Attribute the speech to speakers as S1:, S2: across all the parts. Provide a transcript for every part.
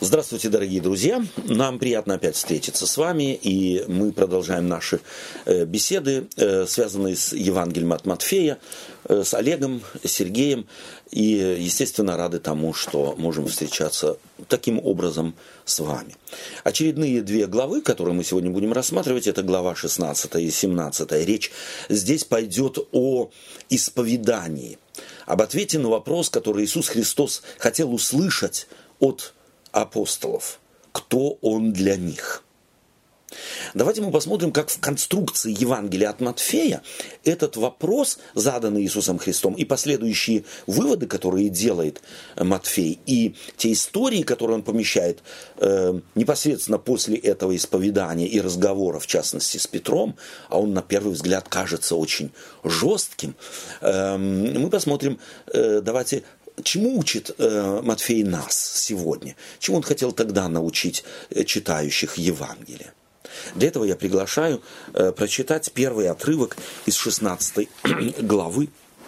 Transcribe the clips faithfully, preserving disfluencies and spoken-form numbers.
S1: Здравствуйте, дорогие друзья! Нам приятно опять встретиться с вами, и мы продолжаем наши беседы, связанные с Евангелием от Матфея, с Олегом, Сергеем, и, естественно, рады тому, что можем встречаться таким образом с вами. Очередные две главы, которые мы сегодня будем рассматривать, это глава шестнадцатая и семнадцатая. Речь здесь пойдет о исповедании, об ответе на вопрос, который Иисус Христос хотел услышать от апостолов. Кто он для них? Давайте мы посмотрим, как в конструкции Евангелия от Матфея этот вопрос, заданный Иисусом Христом, и последующие выводы, которые делает Матфей, и те истории, которые он помещает э, непосредственно после этого исповедания и разговора, в частности с Петром, а он на первый взгляд кажется очень жестким, э, мы посмотрим, э, давайте... Чему учит э, Матфей нас сегодня? Чему он хотел тогда научить э, читающих Евангелия? Для этого я приглашаю э, прочитать первый отрывок из шестнадцатой главы.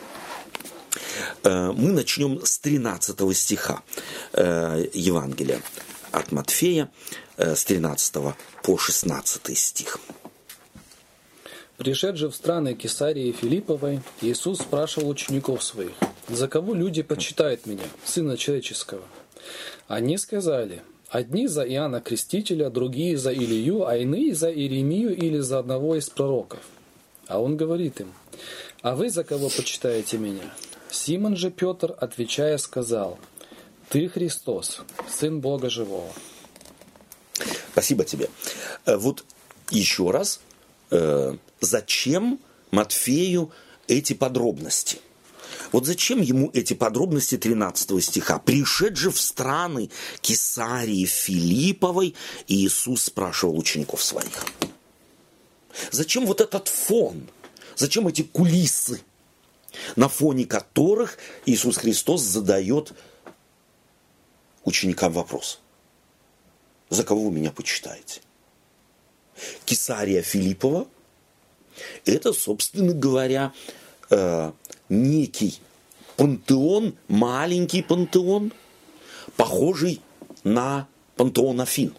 S1: Э, мы начнем с тринадцатого стиха э, Евангелия от Матфея, э, с тринадцатого по шестнадцатый стих.
S2: Пришед же в страны Кесарии Филипповой, Иисус спрашивал учеников своих: «За кого люди почитают меня, Сына Человеческого?» Они сказали: «Одни за Иоанна Крестителя, другие за Илию, а иные за Иеремию или за одного из пророков». А он говорит им: «А вы за кого почитаете меня?» Симон же Петр, отвечая, сказал: «Ты Христос, Сын Бога Живого».
S1: Спасибо тебе. Вот еще раз, зачем Матфею эти подробности? Вот зачем ему эти подробности тринадцатого стиха? «Пришед же в страны Кесарии Филипповой, Иисус спрашивал учеников своих». Зачем вот этот фон? Зачем эти кулисы, на фоне которых Иисус Христос задает ученикам вопрос? За кого вы меня почитаете? Кесария Филиппова – это, собственно говоря, э, некий пантеон, маленький пантеон, похожий на пантеон Афин.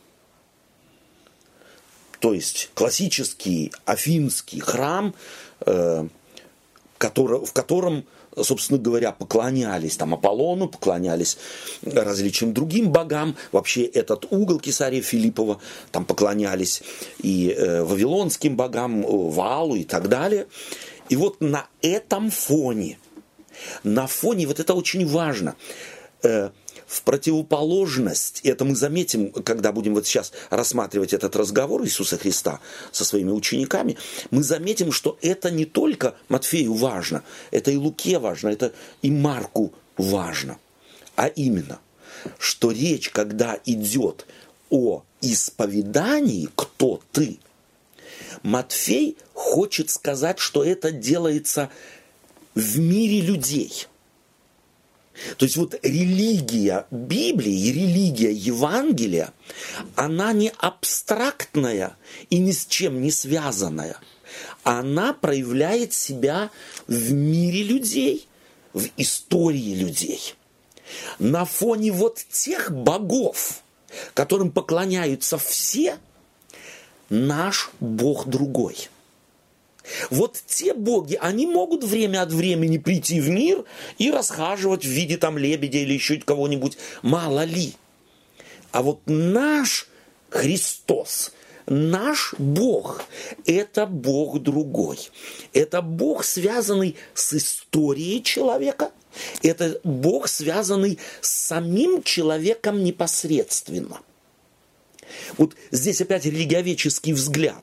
S1: То есть классический афинский храм, э, который, в котором, собственно говоря, поклонялись там Аполлону, поклонялись различным другим богам. Вообще этот угол Кесария Филиппова, там поклонялись и э, вавилонским богам, Ваалу и так далее. И вот на этом фоне, на фоне, вот это очень важно, э, в противоположность, это мы заметим, когда будем вот сейчас рассматривать этот разговор Иисуса Христа со своими учениками, мы заметим, что это не только Матфею важно, это и Луке важно, это и Марку важно, а именно, что речь, когда идет о исповедании «Кто ты?», Матфей хочет сказать, что это делается в мире людей. То есть вот религия Библии и религия Евангелия, она не абстрактная и ни с чем не связанная. Она проявляет себя в мире людей, в истории людей. На фоне вот тех богов, которым поклоняются все, наш Бог другой. Вот те боги, они могут время от времени прийти в мир и расхаживать в виде там лебедя или еще кого-нибудь, мало ли. А вот наш Христос, наш Бог, это Бог другой. Это Бог, связанный с историей человека, это Бог, связанный с самим человеком непосредственно. Вот здесь опять религиоведческий взгляд.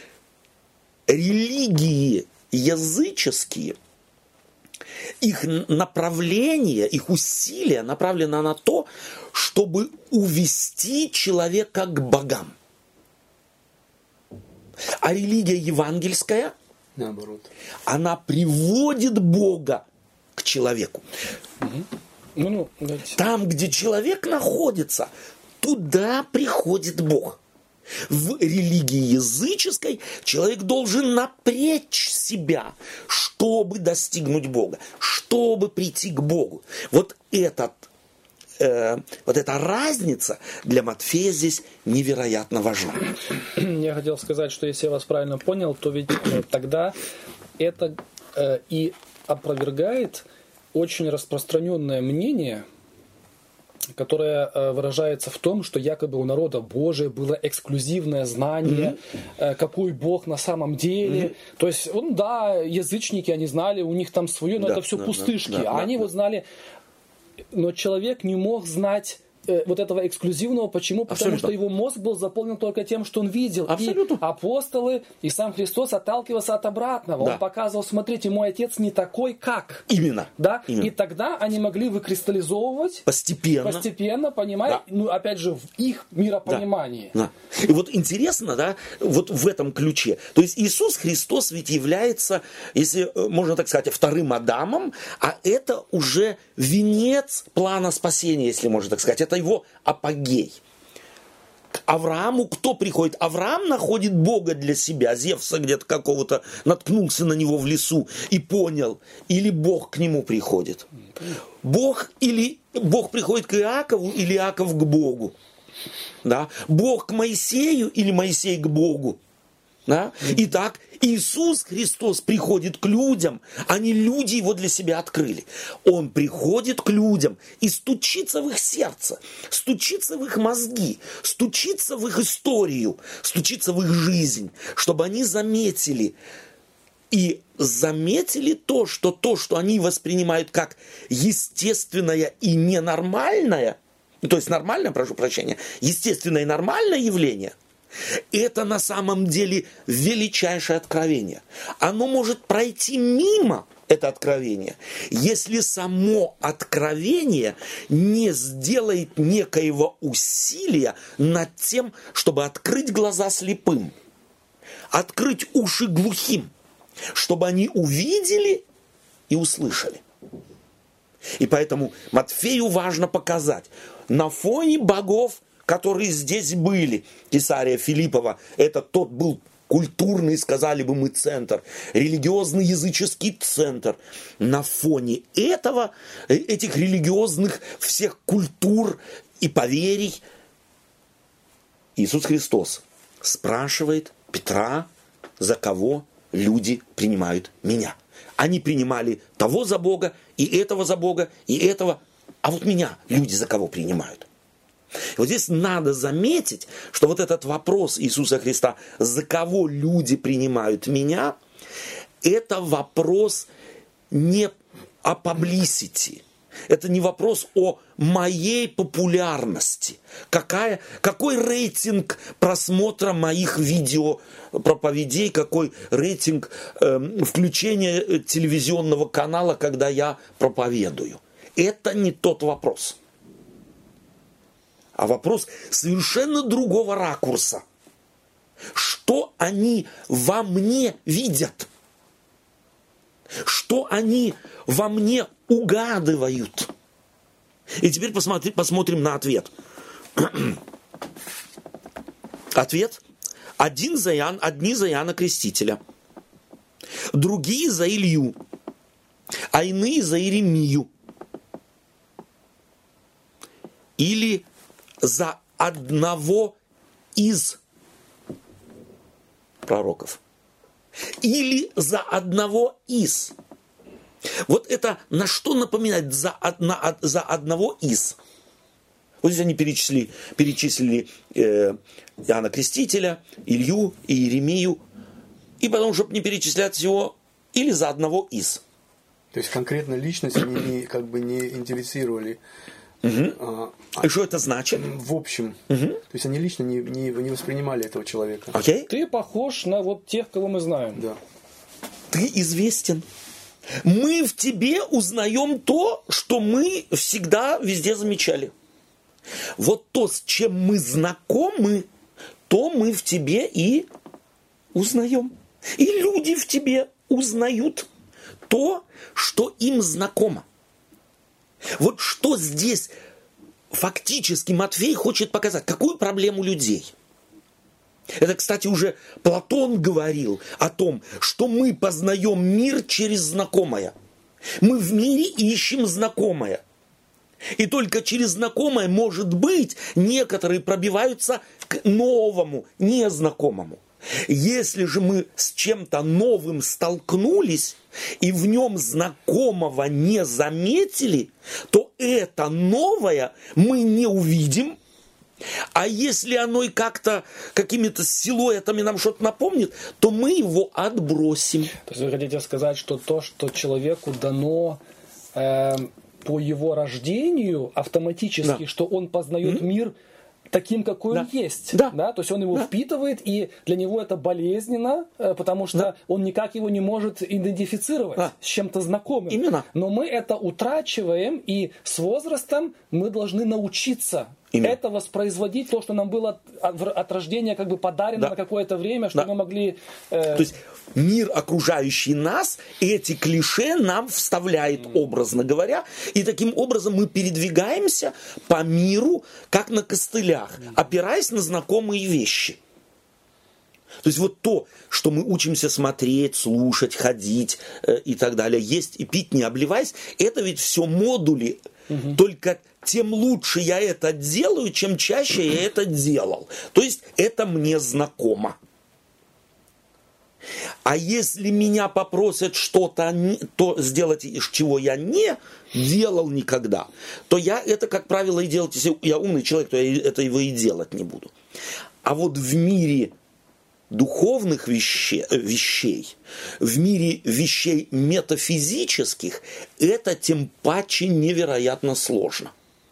S1: Религии языческие, их направление, их усилия направлено на то, чтобы увести человека к богам. А религия евангельская,
S2: наоборот,
S1: она приводит Бога к человеку.
S2: Угу. Ну, ну,
S1: Там, где человек находится, туда приходит Бог. В религии языческой человек должен напрячь себя, чтобы достигнуть Бога, чтобы прийти к Богу. Вот этот э, вот эта разница для Матфея здесь невероятно важна.
S2: Я хотел сказать, что если я вас правильно понял, то ведь э, тогда это э, и опровергает очень распространенное мнение, которое э, выражается в том, что якобы у народа Божия было эксклюзивное знание, mm-hmm. э, какой Бог на самом деле. Mm-hmm. То есть, он, да, язычники, они знали, у них там свое, но да, это все да, пустышки. Да, да, а да, они да. вот знали, но человек не мог знать вот этого эксклюзивного. Почему? Потому Абсолютно. Что его мозг был заполнен только тем, что он видел. Абсолютно. И апостолы, и сам Христос отталкивался от обратного. Да. Он показывал, смотрите, мой отец не такой, как.
S1: Именно.
S2: Да?
S1: Именно.
S2: И тогда они могли выкристаллизовывать
S1: постепенно,
S2: постепенно понимая, да. ну, опять же, в их миропонимании.
S1: Да. Да. И вот интересно, да, вот в этом ключе. То есть Иисус Христос ведь является, если можно так сказать, вторым Адамом, а это уже венец плана спасения, если можно так сказать. Это его апогей. К Аврааму кто приходит? Авраам находит Бога для себя. Зевса где-то какого-то наткнулся на него в лесу и понял. Или Бог к нему приходит? Бог или Бог приходит к Иакову, или Иаков к Богу? Да? Бог к Моисею или Моисей к Богу? Да? Итак, Иисус Христос приходит к людям, а не люди его для себя открыли. Он приходит к людям и стучится в их сердце, стучится в их мозги, стучится в их историю, стучится в их жизнь, чтобы они заметили и заметили то, что то, что они воспринимают как естественное и ненормальное, то есть нормальное, прошу прощения, естественное и нормальное явление – это на самом деле величайшее откровение. Оно может пройти мимо, это откровение, если само откровение не сделает некоего усилия над тем, чтобы открыть глаза слепым, открыть уши глухим, чтобы они увидели и услышали. И поэтому Матфею важно показать, на фоне богов, которые здесь были, Кесария Филиппова, это тот был культурный, сказали бы мы, центр, религиозный языческий центр. На фоне этого, этих религиозных всех культур и поверий, Иисус Христос спрашивает Петра, за кого люди принимают меня. Они принимали того за Бога, и этого за Бога, и этого, а вот меня люди за кого принимают? Вот здесь надо заметить, что вот этот вопрос Иисуса Христа, за кого люди принимают меня, это вопрос не о publicity, это не вопрос о моей популярности, какая, какой рейтинг просмотра моих видео проповедей, какой рейтинг э, включения телевизионного канала, когда я проповедую. Это не тот вопрос. А вопрос совершенно другого ракурса. Что они во мне видят? Что они во мне угадывают? И теперь посмотри, посмотрим на ответ. Ответ. Один за Иоанн, одни за Иоанна Крестителя, другие за Илью, а иные за Иеремию. Или за одного из пророков. Или за одного из. Вот это на что напоминает за, на, за одного из? Вот здесь они перечислили, перечислили э, Иоанна Крестителя, Илью и Иеремию. И потом, чтобы не перечислять всего, или за одного из.
S3: То есть конкретно личность они не, как бы не идентифицировали.
S1: Угу. А, и что это значит?
S3: В общем.
S1: Угу.
S3: То есть они лично не, не, не воспринимали этого человека.
S1: Okay.
S2: Ты похож на вот тех, кого мы знаем.
S3: Да.
S1: Ты известен. Мы в тебе узнаем то, что мы всегда везде замечали. Вот то, с чем мы знакомы, то мы в тебе и узнаем. И люди в тебе узнают то, что им знакомо. Вот что здесь фактически Матфей хочет показать. Какую проблему людей? Это, кстати, уже Платон говорил о том, что мы познаем мир через знакомое. Мы в мире ищем знакомое. И только через знакомое, может быть, некоторые пробиваются к новому, незнакомому. Если же мы с чем-то новым столкнулись и в нем знакомого не заметили, то это новое мы не увидим. А если оно и как-то какими-то силуэтами нам что-то напомнит, то мы его отбросим.
S2: То есть вы хотите сказать, что то, что человеку дано э, по его рождению автоматически, да. что он познает mm-hmm. мир таким, какой да. он есть. Да. Да? То есть он его да. впитывает, и для него это болезненно, потому что да. он никак его не может идентифицировать да. с чем-то знакомым.
S1: Именно.
S2: Но мы это утрачиваем, и с возрастом мы должны научиться Именно. это воспроизводить, то, что нам было от, от рождения как бы подарено да. на какое-то время, чтобы да. мы могли... Э...
S1: То есть мир, окружающий нас, эти клише нам вставляет, mm. образно говоря, и таким образом мы передвигаемся по миру, как на костылях, mm. опираясь на знакомые вещи. То есть вот то, что мы учимся смотреть, слушать, ходить э, и так далее, есть и пить, не обливаясь, это ведь все модули, mm-hmm. только... тем лучше я это делаю, чем чаще я это делал. То есть это мне знакомо. А если меня попросят что-то то сделать, чего я не делал никогда, то я это, как правило, и делать, если я умный человек, то я это его и делать не буду. А вот в мире духовных вещей, вещей, в мире вещей метафизических, это тем паче невероятно сложно.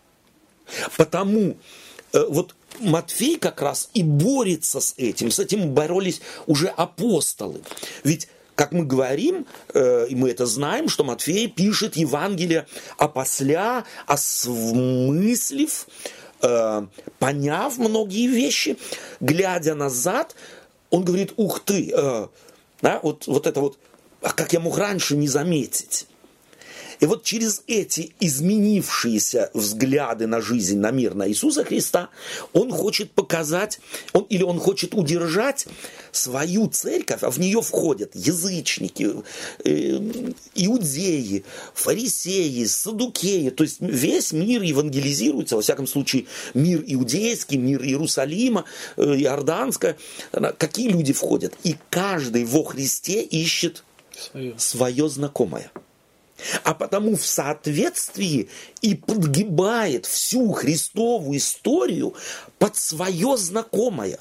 S1: Потому э, вот Матфей как раз и борется с этим, с этим боролись уже апостолы. Ведь, как мы говорим, э, и мы это знаем, что Матфей пишет Евангелие опосля, осмыслив, э, поняв многие вещи, глядя назад, он говорит, ух ты, э, да, вот, вот это вот, а как я мог раньше не заметить? И вот через эти изменившиеся взгляды на жизнь, на мир, на Иисуса Христа, он хочет показать, он, или он хочет удержать свою церковь, а в нее входят язычники, э, иудеи, фарисеи, саддукеи, то есть весь мир евангелизируется, во всяком случае мир иудейский, мир Иерусалима, э, Иорданская, какие люди входят? И каждый во Христе ищет свое, свое знакомое. А потому в соответствии и подгибает всю Христову историю под свое знакомое.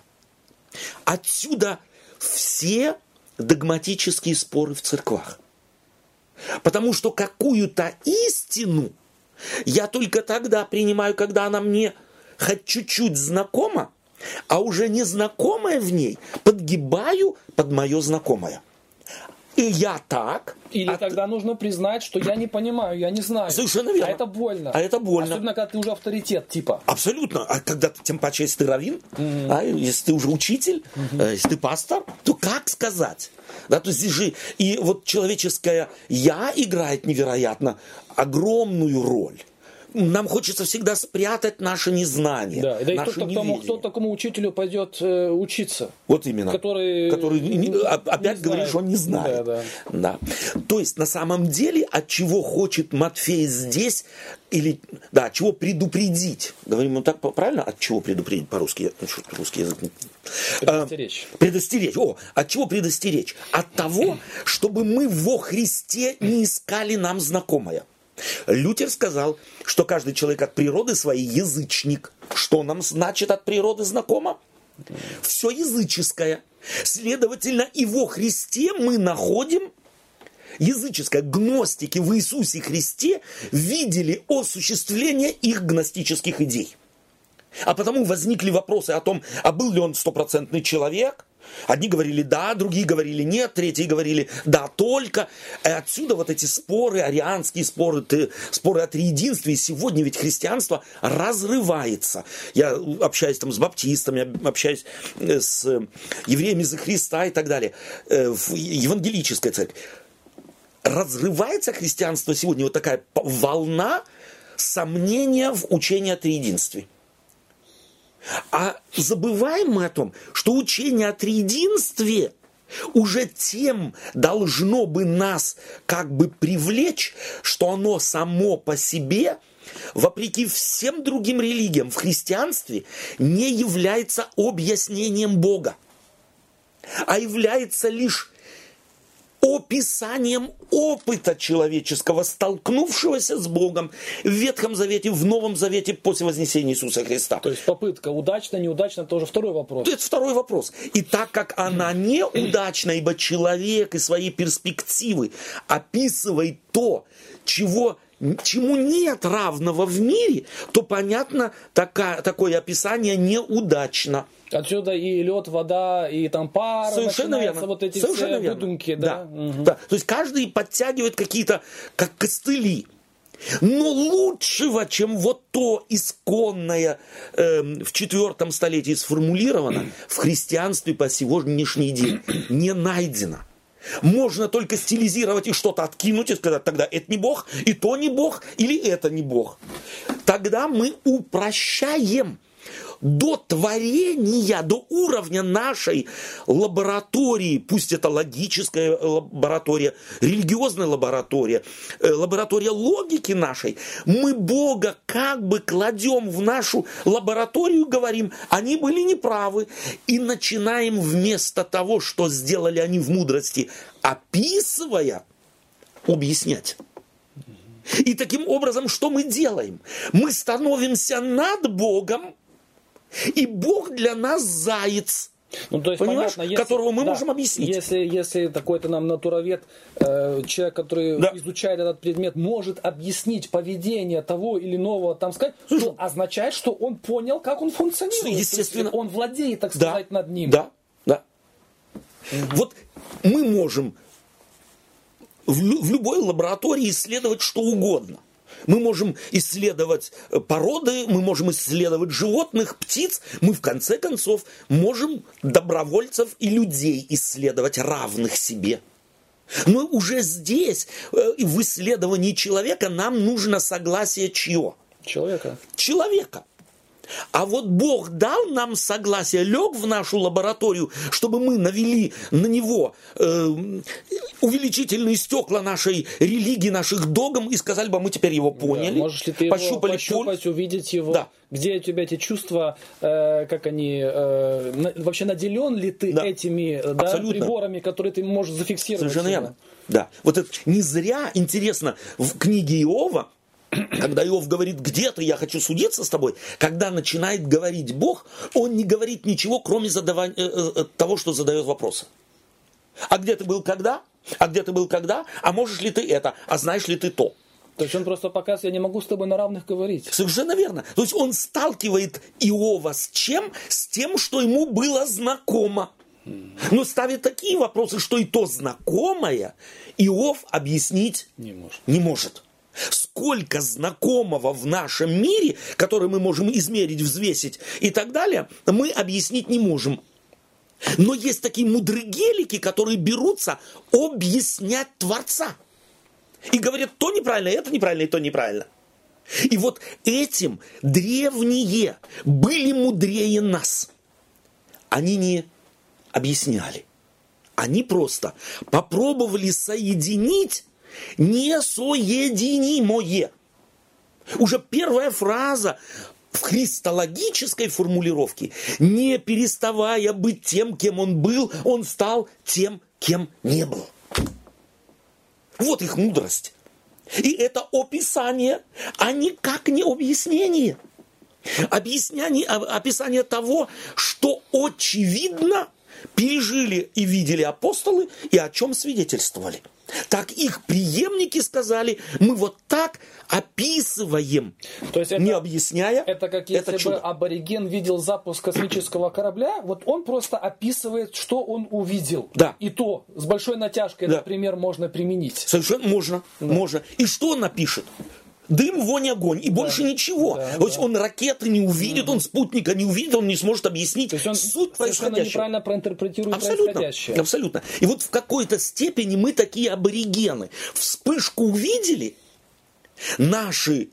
S1: Отсюда все догматические споры в церквах. Потому что какую-то истину я только тогда принимаю, когда она мне хоть чуть-чуть знакома, а уже незнакомое в ней подгибаю под мое знакомое. И я так.
S2: Или а тогда ты... нужно признать, что я не понимаю, я не знаю.
S1: Совершенно верно.
S2: А это больно.
S1: А это больно.
S2: Особенно, когда ты уже авторитет, типа.
S1: Абсолютно. А когда ты, тем паче, если ты раввин, mm-hmm. а, если ты уже учитель, mm-hmm. если ты пастор, то как сказать? Да, то есть здесь же и вот человеческое «я» играет невероятно огромную роль. Нам хочется всегда спрятать наше незнание.
S2: Да, да и кто, тому, кто такому учителю пойдет э, учиться?
S1: Вот именно.
S2: Который,
S1: который не, опять не говоришь, он не знает.
S2: Да,
S1: да. Да. То есть, на самом деле, от чего хочет Матфей здесь, или, да, от чего предупредить? Говорим мы так правильно? От чего предупредить по-русски? Русский язык.
S2: Предостеречь.
S1: А, предостеречь. О, от чего предостеречь? От того, чтобы мы во Христе не искали нам знакомое. Лютер сказал, что каждый человек от природы своей язычник. Что нам значит от природы знакомо? Все языческое. Следовательно, и во Христе мы находим языческое. Гностики в Иисусе Христе видели осуществление их гностических идей. А потому возникли вопросы о том, а был ли он стопроцентный человек? Одни говорили да, другие говорили нет, третьи говорили да только. И отсюда вот эти споры, арианские споры, споры о триединстве. И сегодня ведь христианство разрывается. Я общаюсь там с баптистами, общаюсь с евреями за Христа и так далее. В евангелической церкви. Разрывается христианство сегодня, вот такая волна сомнения в учении о триединстве. А забываем мы о том, что учение о триединстве уже тем должно бы нас как бы привлечь, что оно само по себе вопреки всем другим религиям, в христианстве не является объяснением Бога, а является лишь описанием опыта человеческого, столкнувшегося с Богом в Ветхом Завете, в Новом Завете после вознесения Иисуса Христа.
S2: То есть попытка удачно, неудачно, это уже второй вопрос.
S1: Это второй вопрос. И так как она неудачна, ибо человек из своей перспективы описывает то, чего, чему нет равного в мире, то, понятно, такая, такое описание неудачно.
S2: Отсюда и лед, вода, и там пар,
S1: совершенно верно.
S2: Вот эти
S1: совершенно
S2: все
S1: верно.
S2: выдумки. Да?
S1: Да.
S2: Угу.
S1: Да. То есть каждый подтягивает какие-то, как костыли. Но лучшего, чем вот то исконное э, в четвертом столетии сформулировано, в христианстве по сегодняшний день не найдено. Можно только стилизировать и что-то откинуть и сказать, тогда это не Бог, и то не Бог, или это не Бог. Тогда мы упрощаем до творения, до уровня нашей лаборатории, пусть это логическая лаборатория, религиозная лаборатория, лаборатория логики нашей, мы Бога как бы кладем в нашу лабораторию, говорим, они были неправы, и начинаем вместо того, что сделали они в мудрости, описывая, объяснять. И таким образом, что мы делаем? Мы становимся над Богом, и Бог для нас заяц,
S2: ну, то есть,
S1: понимаешь,
S2: понятно, если,
S1: которого мы
S2: да,
S1: можем объяснить.
S2: Если, если такой-то нам натуровед, э, человек, который
S1: да. изучает
S2: этот предмет, может объяснить поведение того или иного, там сказать,
S1: Слушай,
S2: то означает, что он понял, как он функционирует.
S1: Естественно.
S2: Он владеет, так
S1: да,
S2: сказать, над ним.
S1: Да, да. Угу. Вот мы можем в, в любой лаборатории исследовать что угодно. Мы можем исследовать породы, мы можем исследовать животных, птиц. Мы, в конце концов, можем добровольцев и людей исследовать, равных себе. Но уже здесь, в исследовании человека, нам нужно согласие чье?
S2: Человека.
S1: Человека. А вот Бог дал нам согласие, лег в нашу лабораторию, чтобы мы навели на него э, увеличительные стекла нашей религии, наших догм, и сказали бы, мы теперь его поняли.
S2: Да, можешь ли ты
S1: пощупали
S2: его пощупать,
S1: пульс.
S2: увидеть его?
S1: Да.
S2: Где у тебя эти чувства, э, как они, э, на, вообще наделен ли ты
S1: да.
S2: этими да, приборами, которые ты можешь зафиксировать?
S1: Совершенно верно. Да. Вот это не зря интересно в книге Иова, когда Иов говорит, где ты, я хочу судиться с тобой, когда начинает говорить Бог, он не говорит ничего, кроме задавания, э, того, что задает вопросы. А где ты был когда? А где ты был когда? А можешь ли ты это? А знаешь ли ты то?
S2: То есть он просто показывает, я не могу с тобой на равных говорить.
S1: Совершенно верно. То есть он сталкивает Иова с чем? С тем, что ему было знакомо. Но ставит такие вопросы, что и то знакомое Иов объяснить
S2: не может.
S1: Не может. Сколько знакомого в нашем мире, которое мы можем измерить, взвесить и так далее, мы объяснить не можем. Но есть такие мудрыгелики, которые берутся объяснять Творца. И говорят, то неправильно, это неправильно, и то неправильно. И вот этим древние были мудрее нас. Они не объясняли. Они просто попробовали соединить несоединимое. Уже первая фраза в христологической формулировке: не переставая быть тем, кем он был, он стал тем, кем не был. Вот их мудрость. И это описание, а никак не объяснение. Объяснение, описание того, что очевидно пережили и видели апостолы, и о чем свидетельствовали. Так их преемники сказали, мы вот так описываем,
S2: то есть это,
S1: не объясняя.
S2: Это как если
S1: это чудо.
S2: бы абориген видел запуск космического корабля, вот он просто описывает, что он увидел.
S1: Да.
S2: И то с большой натяжкой,
S1: да.
S2: например, можно применить.
S1: Совершенно можно, да. можно. И что он напишет? Дым, вонь, огонь. И да. больше ничего.
S2: Да,
S1: То есть
S2: да.
S1: он ракеты не увидит, да. он спутника не увидит, он не сможет объяснить
S2: То есть он
S1: суть
S2: совершенно
S1: происходящего.
S2: неправильно проинтерпретирует
S1: абсолютно,
S2: происходящее.
S1: Абсолютно. И вот в какой-то степени мы такие аборигены. Вспышку увидели, наши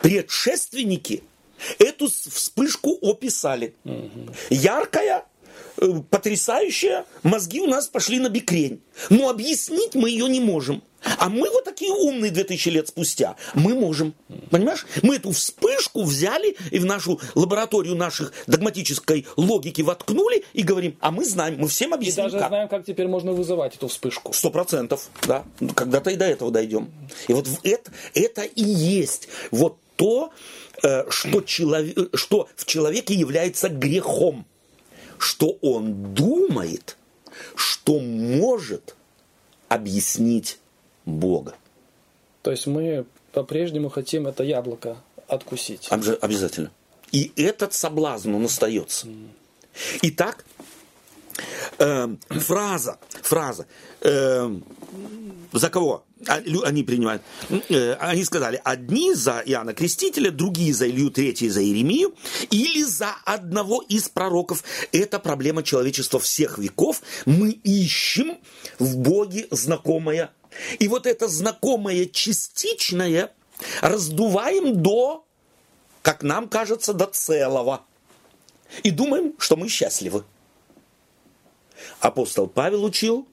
S1: предшественники эту вспышку описали. Угу. Яркая, э, потрясающая, мозги у нас пошли на бикрень. Но объяснить мы ее не можем. А мы вот такие умные две тысячи лет спустя. Мы можем. Понимаешь? Мы эту вспышку взяли и в нашу лабораторию наших догматической логики воткнули и говорим, а мы знаем, мы всем
S2: И
S1: объясним,
S2: даже
S1: как.
S2: знаем, как теперь можно вызывать эту вспышку.
S1: Сто процентов, да. Когда-то и до этого дойдем. И вот в это, это и есть вот то, э, что, челов... что в человеке является грехом. Что он думает, что может объяснить Бога.
S2: То есть мы по-прежнему хотим это яблоко откусить.
S1: Обже- Обязательно. И этот соблазн, он остается. Итак, э, фраза, фраза, э, за кого они принимают? Э, они сказали, одни за Иоанна Крестителя, другие за Илью, третьи за Иеремию, или за одного из пророков. Это проблема человечества всех веков. Мы ищем в Боге знакомое. И вот это знакомое частичное раздуваем до, как нам кажется, до целого. И думаем, что мы счастливы. Апостол Павел учил,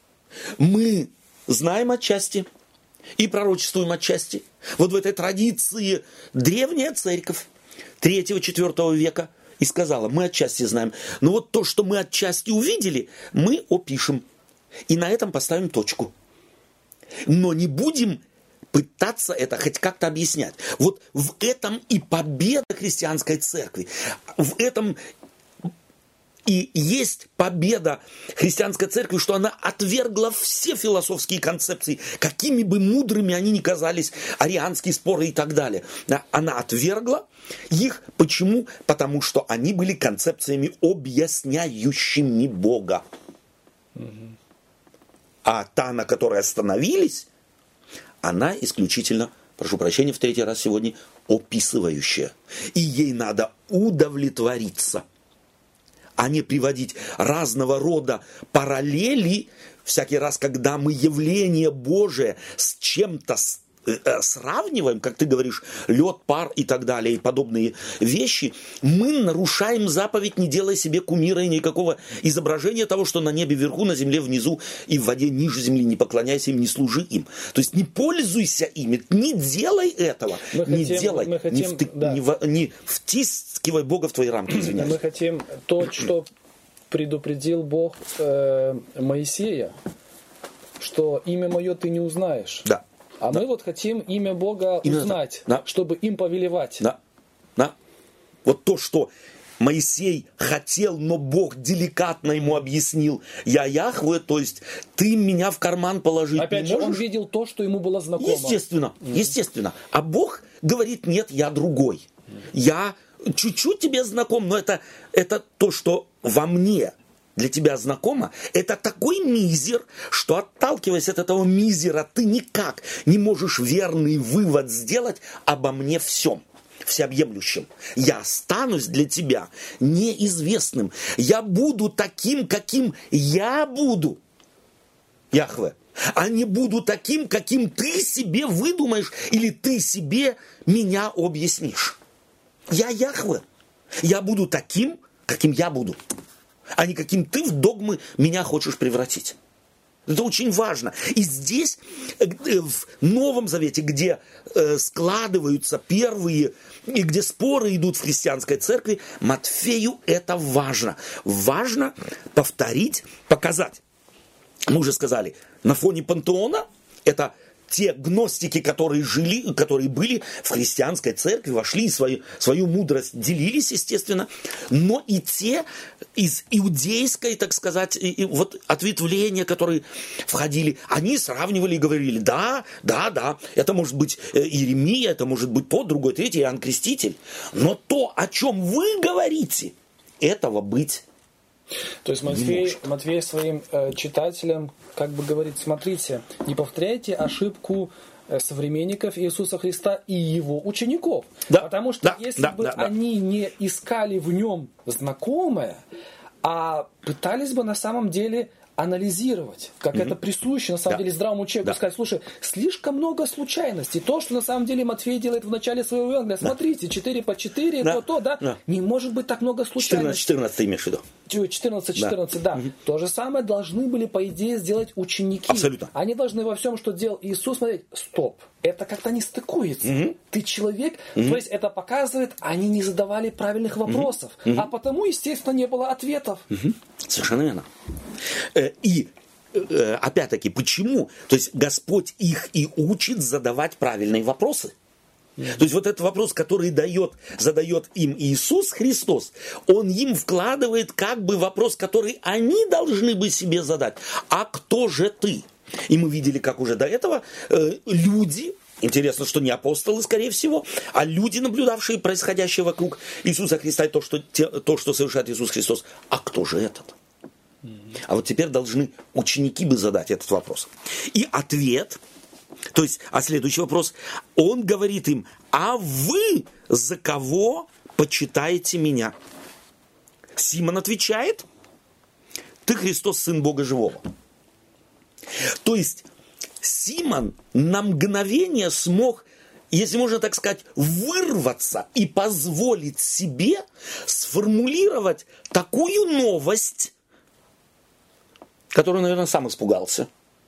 S1: мы знаем отчасти и пророчествуем отчасти. Вот в этой традиции древняя церковь третьего-четвёртого века и сказала, мы отчасти знаем. Но вот то, что мы отчасти увидели, мы опишем. И на этом поставим точку. Но не будем пытаться это хоть как-то объяснять. Вот в этом и победа христианской церкви. В этом и есть победа христианской церкви, что она отвергла все философские концепции, какими бы мудрыми они ни казались, арианские споры и так далее. Она отвергла их. Почему? Потому что они были концепциями, объясняющими Бога. А та, на которой остановились, она исключительно, прошу прощения в третий раз сегодня, описывающая. И ей надо удовлетвориться, а не приводить разного рода параллели всякий раз, когда мы явление Божие с чем-то сравниваем, как ты говоришь, лед, пар и так далее, и подобные вещи, мы нарушаем заповедь, не делая себе кумира и никакого изображения того, что на небе вверху, на земле внизу и в воде ниже земли, не поклоняйся им, не служи им. То есть не пользуйся ими, не делай этого,
S2: мы
S1: не
S2: хотим,
S1: делай,
S2: мы хотим,
S1: не, вты,
S2: да.
S1: не, в, не втискивай Бога в твои рамки, извиняюсь.
S2: Мы хотим то, что предупредил Бог э, Моисея, что имя мое ты не узнаешь.
S1: Да.
S2: А
S1: да.
S2: мы вот хотим имя Бога
S1: Именно
S2: узнать,
S1: да.
S2: чтобы им повелевать.
S1: Да, да. Вот то, что Моисей хотел, но Бог деликатно ему объяснил. Я Яхве, то есть ты меня в карман положить
S2: Опять
S1: не
S2: же,
S1: можешь.
S2: он видел то, что ему было знакомо.
S1: Естественно, mm. естественно. А Бог говорит, нет, я другой. Mm. Я чуть-чуть тебе знаком, но это, это то, что во мне для тебя знакомо, это такой мизер, что, отталкиваясь от этого мизера, ты никак не можешь верный вывод сделать обо мне всем, всеобъемлющем. Я останусь для тебя неизвестным. Я буду таким, каким я буду, Яхве, а не буду таким, каким ты себе выдумаешь или ты себе меня объяснишь. Я Яхве. Я буду таким, каким я буду, а не каким ты в догмы меня хочешь превратить. Это очень важно. И здесь, в Новом Завете, где складываются первые, и где споры идут в христианской церкви, Матфею это важно. Важно повторить, показать. Мы уже сказали, на фоне пантеона это те гностики, которые жили, которые были в христианской церкви, вошли и свою, свою мудрость делились, естественно, но и те из иудейской, так сказать, и, и вот ответвления, которые входили, они сравнивали и говорили, да, да, да, это может быть Иеремия, это может быть тот, другой, третий, Иоанн Креститель, но то, о чем вы говорите, этого быть.
S2: То есть Матфей, Матфей своим э, читателям как бы говорит, смотрите, не повторяйте ошибку э, современников Иисуса Христа и его учеников.
S1: Да,
S2: Потому что
S1: да,
S2: если
S1: да,
S2: бы
S1: да, да.
S2: они не искали в нем знакомое, а пытались бы на самом деле анализировать, как mm-hmm. это присуще, на самом да. деле, здравому человеку, да. сказать, слушай, слишком много случайностей. То, что на самом деле Матфей делает в начале своего Евангелия, да. смотрите, четыре по четыре, да. то, то, да, да, не может быть так много случайностей.
S1: четырнадцать ты имеешь в виду?
S2: четырнадцать четырнадцать, да. да. Mm-hmm. То же самое должны были, по идее, сделать ученики.
S1: Абсолютно.
S2: Они должны во всем, что делал Иисус, смотреть, стоп, это как-то не стыкуется. Mm-hmm. Ты человек, mm-hmm. то есть это показывает, они не задавали правильных вопросов, mm-hmm. а потому, естественно, не было ответов.
S1: Mm-hmm. Совершенно верно. И опять-таки, почему? То есть Господь их и учит задавать правильные вопросы. Mm-hmm. То есть вот этот вопрос, который дает, задает им Иисус Христос, Он им вкладывает как бы вопрос, который они должны бы себе задать. А кто же ты? И мы видели, как уже до этого э, люди, интересно, что не апостолы, скорее всего, а люди, наблюдавшие происходящее вокруг Иисуса Христа и то, что, те, то, что совершает Иисус Христос. А кто же этот? Mm-hmm. А вот теперь должны ученики бы задать этот вопрос. И ответ... То есть, а следующий вопрос, он говорит им, а вы за кого почитаете меня? Симон отвечает, ты Христос, Сын Бога Живого. То есть, Симон на мгновение смог, если можно так сказать, вырваться и позволить себе сформулировать такую новость, которую, наверное, сам испугался.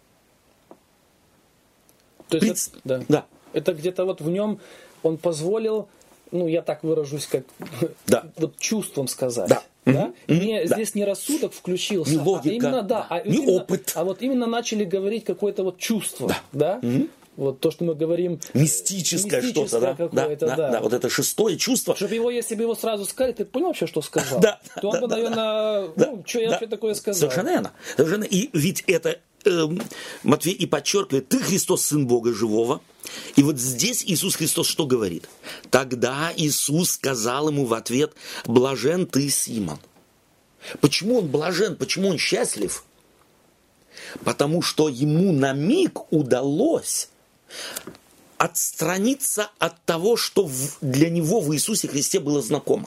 S2: То есть это, да.
S1: Да.
S2: это где-то вот в нем он позволил, ну я так выражусь, как
S1: да.
S2: вот чувством сказать.
S1: Да.
S2: Да?
S1: Mm-hmm.
S2: Не,
S1: да.
S2: Здесь не рассудок включился,
S1: не логика,
S2: а именно, да, а
S1: не
S2: именно,
S1: опыт.
S2: А вот именно начали говорить какое-то вот чувство.
S1: Да.
S2: Да?
S1: Mm-hmm.
S2: Вот то, что мы говорим...
S1: Мистическое,
S2: мистическое
S1: что-то, да?
S2: какое-то,
S1: да, да,
S2: да.
S1: да. Вот это шестое чувство.
S2: Чтобы его, если бы его сразу сказали, ты понял вообще, что сказал?
S1: Да.
S2: То он
S1: да,
S2: бы,
S1: да,
S2: наверное,
S1: да,
S2: ну, что я
S1: да.
S2: вообще такое сказал?
S1: Совершенно верно. Совершенно. И ведь это э, Матфей и подчеркивает, ты Христос, Сын Бога Живого. И вот здесь Иисус Христос что говорит? Тогда Иисус сказал ему в ответ, блажен ты, Симон. Почему он блажен? Почему он счастлив? Потому что ему на миг удалось отстраниться от того, что для него в Иисусе Христе было знакомо.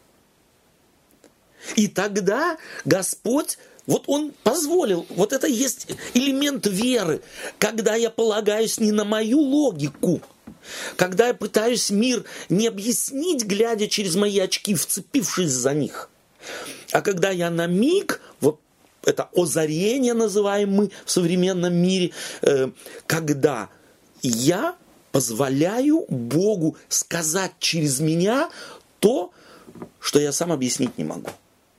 S1: И тогда Господь, вот Он позволил, вот это есть элемент веры, когда я полагаюсь не на мою логику, когда я пытаюсь мир не объяснить, глядя через мои очки, вцепившись за них, а когда я на миг, вот это озарение называем мы в современном мире, когда я позволяю Богу сказать через меня то, что я сам объяснить не могу.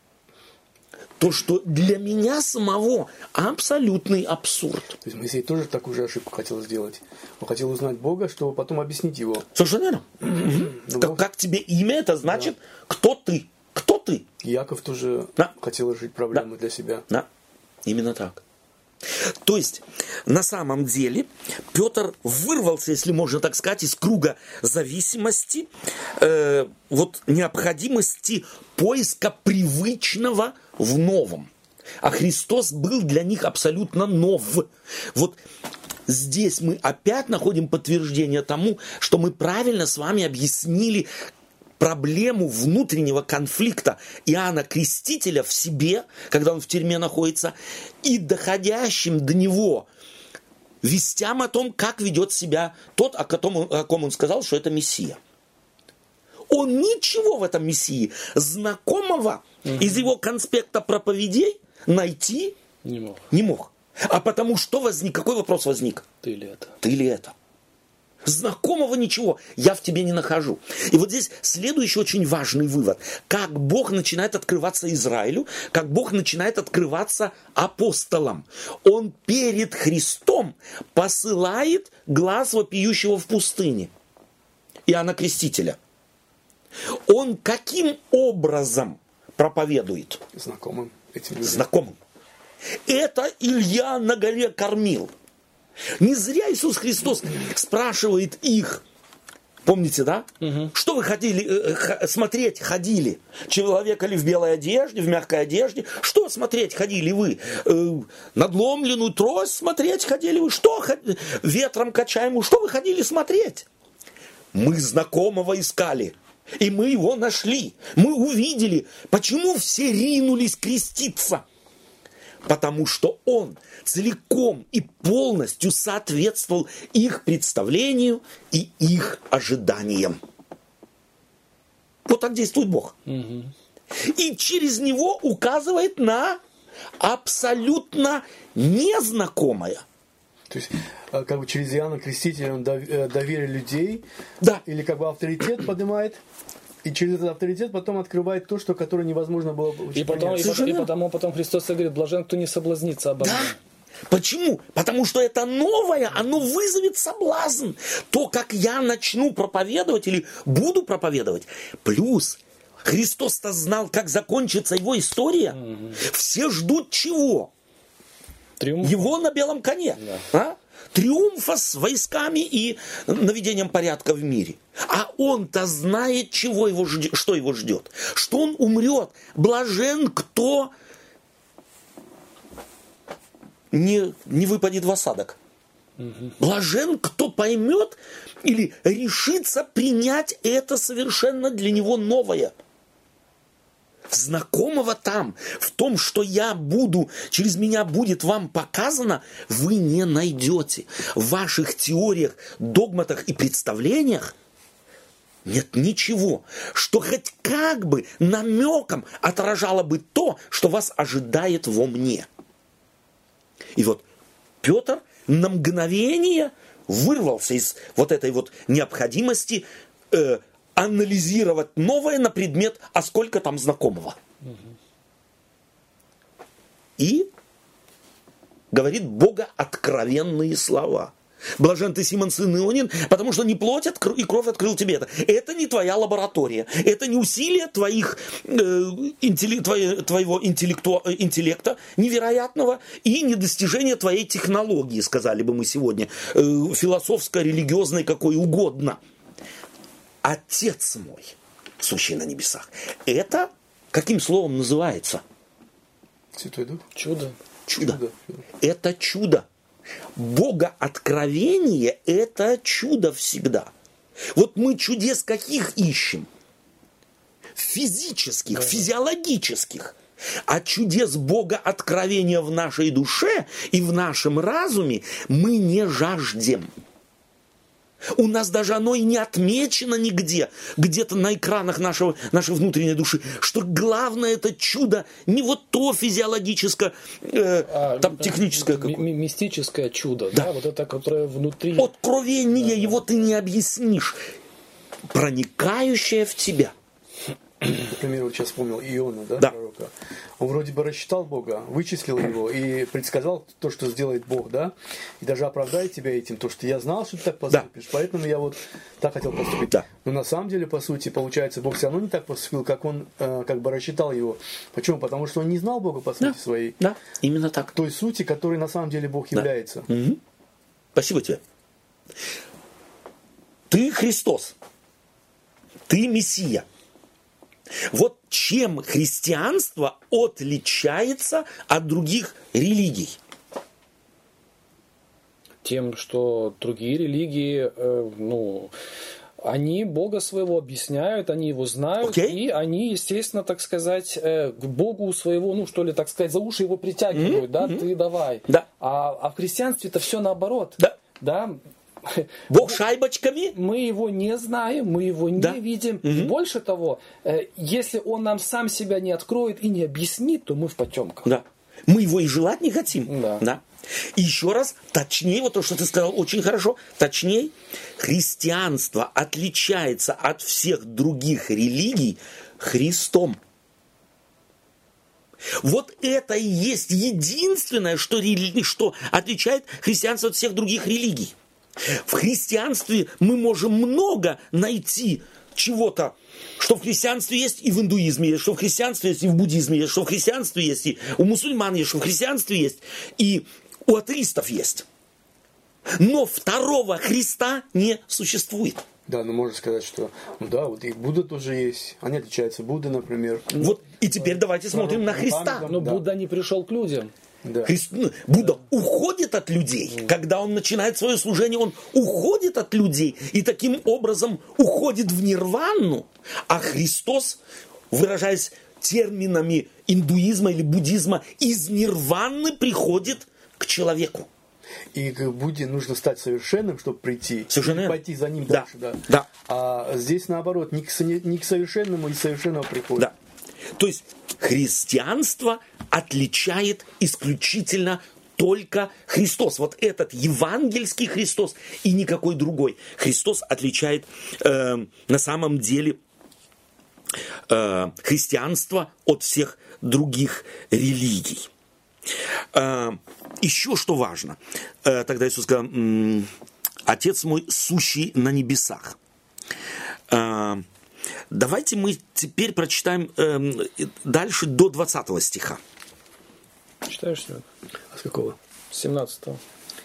S1: То, что для меня самого абсолютный абсурд.
S3: То есть Моисей тоже такую же ошибку хотел сделать. Он хотел узнать Бога, чтобы потом объяснить его.
S1: Совершенно верно. Как, как тебе имя, это значит, да. кто ты. Кто ты?
S3: Яков тоже да. хотел решить проблему да. для себя.
S1: Да, именно так. То есть, на самом деле, Петр вырвался, если можно так сказать, из круга зависимости, э, вот необходимости поиска привычного в новом. А Христос был для них абсолютно нов. Вот здесь мы опять находим подтверждение тому, что мы правильно с вами объяснили проблему внутреннего конфликта Иоанна Крестителя в себе, когда он в тюрьме находится, и доходящим до него вестям о том, как ведет себя тот, о ком он, о ком он сказал, что это Мессия. Он ничего в этом Мессии знакомого угу. из его конспекта проповедей найти
S2: не мог.
S1: не мог. А потому что возник? Какой вопрос возник?
S2: Ты ли это?
S1: Ты ли это? Знакомого ничего я в тебе не нахожу. И вот здесь следующий очень важный вывод. Как Бог начинает открываться Израилю, как Бог начинает открываться апостолам. Он перед Христом посылает глаз вопиющего в пустыне. Иоанна Крестителя. Он каким образом проповедует?
S3: Знакомым этим людям.
S1: Знакомым. Это Илья на горе кормил. Не зря Иисус Христос спрашивает их, помните, да? Угу. Что вы хотели э, смотреть, ходили? Человека ли в белой одежде, в мягкой одежде? Что смотреть ходили вы? Э, надломленную трость смотреть ходили вы? Что ветром качаемую? Что вы ходили смотреть? Мы знакомого искали, и мы его нашли. Мы увидели, почему все ринулись креститься. потому что он целиком и полностью соответствовал их представлению и их ожиданиям. Вот так действует Бог.
S2: Угу.
S1: И через него указывает на абсолютно незнакомое.
S3: То есть, как бы через Иоанна Крестителя он доверие людей,
S1: Да.
S3: или как бы авторитет поднимает, и через этот авторитет потом открывает то, что которое невозможно было бы
S2: И, потом, и,
S3: понять.
S2: потом, и потому потом Христос и говорит, блажен, кто не соблазнится обо мне.
S1: Да. Почему? Потому что это новое, оно вызовет соблазн. То, как я начну проповедовать или буду проповедовать. Плюс Христос-то знал, как закончится его история. Угу. Все ждут чего?
S2: Триумф.
S1: Его на белом коне. Да. А? Триумфа с войсками и наведением порядка в мире. А он-то знает, чего его ждет, что его ждет. Что он умрет. Блажен, кто не, не выпадет в осадок. Угу. Блажен, кто поймет или решится принять это совершенно для него новое. Знакомого там, в том, что я буду, через меня будет вам показано, вы не найдете. В ваших теориях, догматах и представлениях нет ничего, что хоть как бы намеком отражало бы то, что вас ожидает во мне. И вот Петр на мгновение вырвался из вот этой вот необходимости э, анализировать новое на предмет, а сколько там знакомого. Угу. И говорит богооткровенные слова. Блажен ты, Симон, сын Ионин, потому что не плоть и кровь открыл тебе это. Это не твоя лаборатория. Это не усилие твоих, э, интелли, твоего, твоего интеллекту, интеллекта невероятного и не достижение твоей технологии, сказали бы мы сегодня, э, философско-религиозной, какой угодно. Отец мой, сущий на небесах. Это каким словом называется?
S3: Святой Дух.
S2: Чудо.
S1: Чудо. Чудо. Это чудо. Богооткровение – это чудо всегда. Вот мы чудес каких ищем? Физических, да. Физиологических. А чудес богооткровения в нашей душе и в нашем разуме мы не жаждем. У нас даже оно и не отмечено нигде, где-то на экранах нашего, нашей внутренней души, что главное это чудо не вот то физиологическое, э, а, там техническое какое-то.
S2: Мистическое чудо,
S1: да.
S2: Да, вот это, которое внутри.
S1: Откровение,
S2: да,
S1: его ты не объяснишь, проникающее в тебя.
S3: Например, вот сейчас вспомнил Иона, да,
S1: да.
S3: пророка. Он вроде бы рассчитал Бога, вычислил его и предсказал то, что сделает Бог, да, и даже оправдает тебя этим, то, что я знал, что ты так поступишь, да. Поэтому я вот так хотел поступить.
S1: Да.
S3: Но на самом деле, по сути, получается, Бог все равно не так поступил, как он э, как бы рассчитал его. Почему? Потому что он не знал Бога по сути
S1: да.
S3: своей.
S1: Да, именно так.
S3: Той сути, которой на самом деле Бог
S1: да.
S3: является.
S1: Угу. Спасибо тебе. Ты Христос. Ты Мессия. Вот чем христианство отличается от других религий?
S2: Тем, что другие религии, э, ну, они Бога своего объясняют, они его знают, okay. И они, естественно, так сказать, э, к Богу своего, ну, что ли, так сказать, за уши его притягивают, mm-hmm. да, mm-hmm. ты давай.
S1: Да.
S2: А, а в христианстве-то все наоборот.
S1: Да.
S2: Да.
S1: Бог шайбочками?
S2: Мы его не знаем, мы его не да. видим. Угу. И больше того, если он нам сам себя не откроет и не объяснит, то мы в потемках.
S1: Да. Мы его и желать не хотим.
S2: Да.
S1: Да. И еще раз, точнее, вот то, что ты сказал, очень хорошо, точнее, христианство отличается от всех других религий Христом. Вот это и есть единственное, что, рели... что отличает христианство от всех других религий. В христианстве мы можем много найти чего-то, что в христианстве есть и в индуизме есть, что в христианстве есть и в буддизме есть, что в христианстве есть и у мусульман есть, что в христианстве есть и у атеистов есть. Но второго Христа не существует.
S3: Да, ну можно сказать, что ну да, вот и Будда тоже есть. Они отличаются. Будда, например.
S1: Вот и теперь давайте смотрим на Христа.
S2: Но да. Будда не пришел к людям.
S3: Да.
S1: Христ, Будда уходит от людей. Mm. Когда он начинает свое служение, он уходит от людей и таким образом уходит в нирвану. А Христос, выражаясь терминами индуизма или буддизма из нирваны приходит к человеку.
S3: И к Будде нужно стать совершенным, чтобы прийти,
S1: Совершенно
S3: и
S1: верно.
S3: пойти за ним
S1: Да.
S3: дальше. Да.
S1: Да.
S3: А здесь наоборот, не к, со- не к совершенному из совершенного приходит.
S1: Да. То есть христианство отличает исключительно только Христос. Вот этот евангельский Христос и никакой другой. Христос отличает э, на самом деле э, христианство от всех других религий. Э, еще что важно. Э, тогда Иисус сказал: м, «Отец мой, сущий на небесах». Э, давайте мы теперь прочитаем э, дальше до двадцатого стиха.
S2: Читаешь сегодня?
S3: А с какого?
S2: семнадцатого.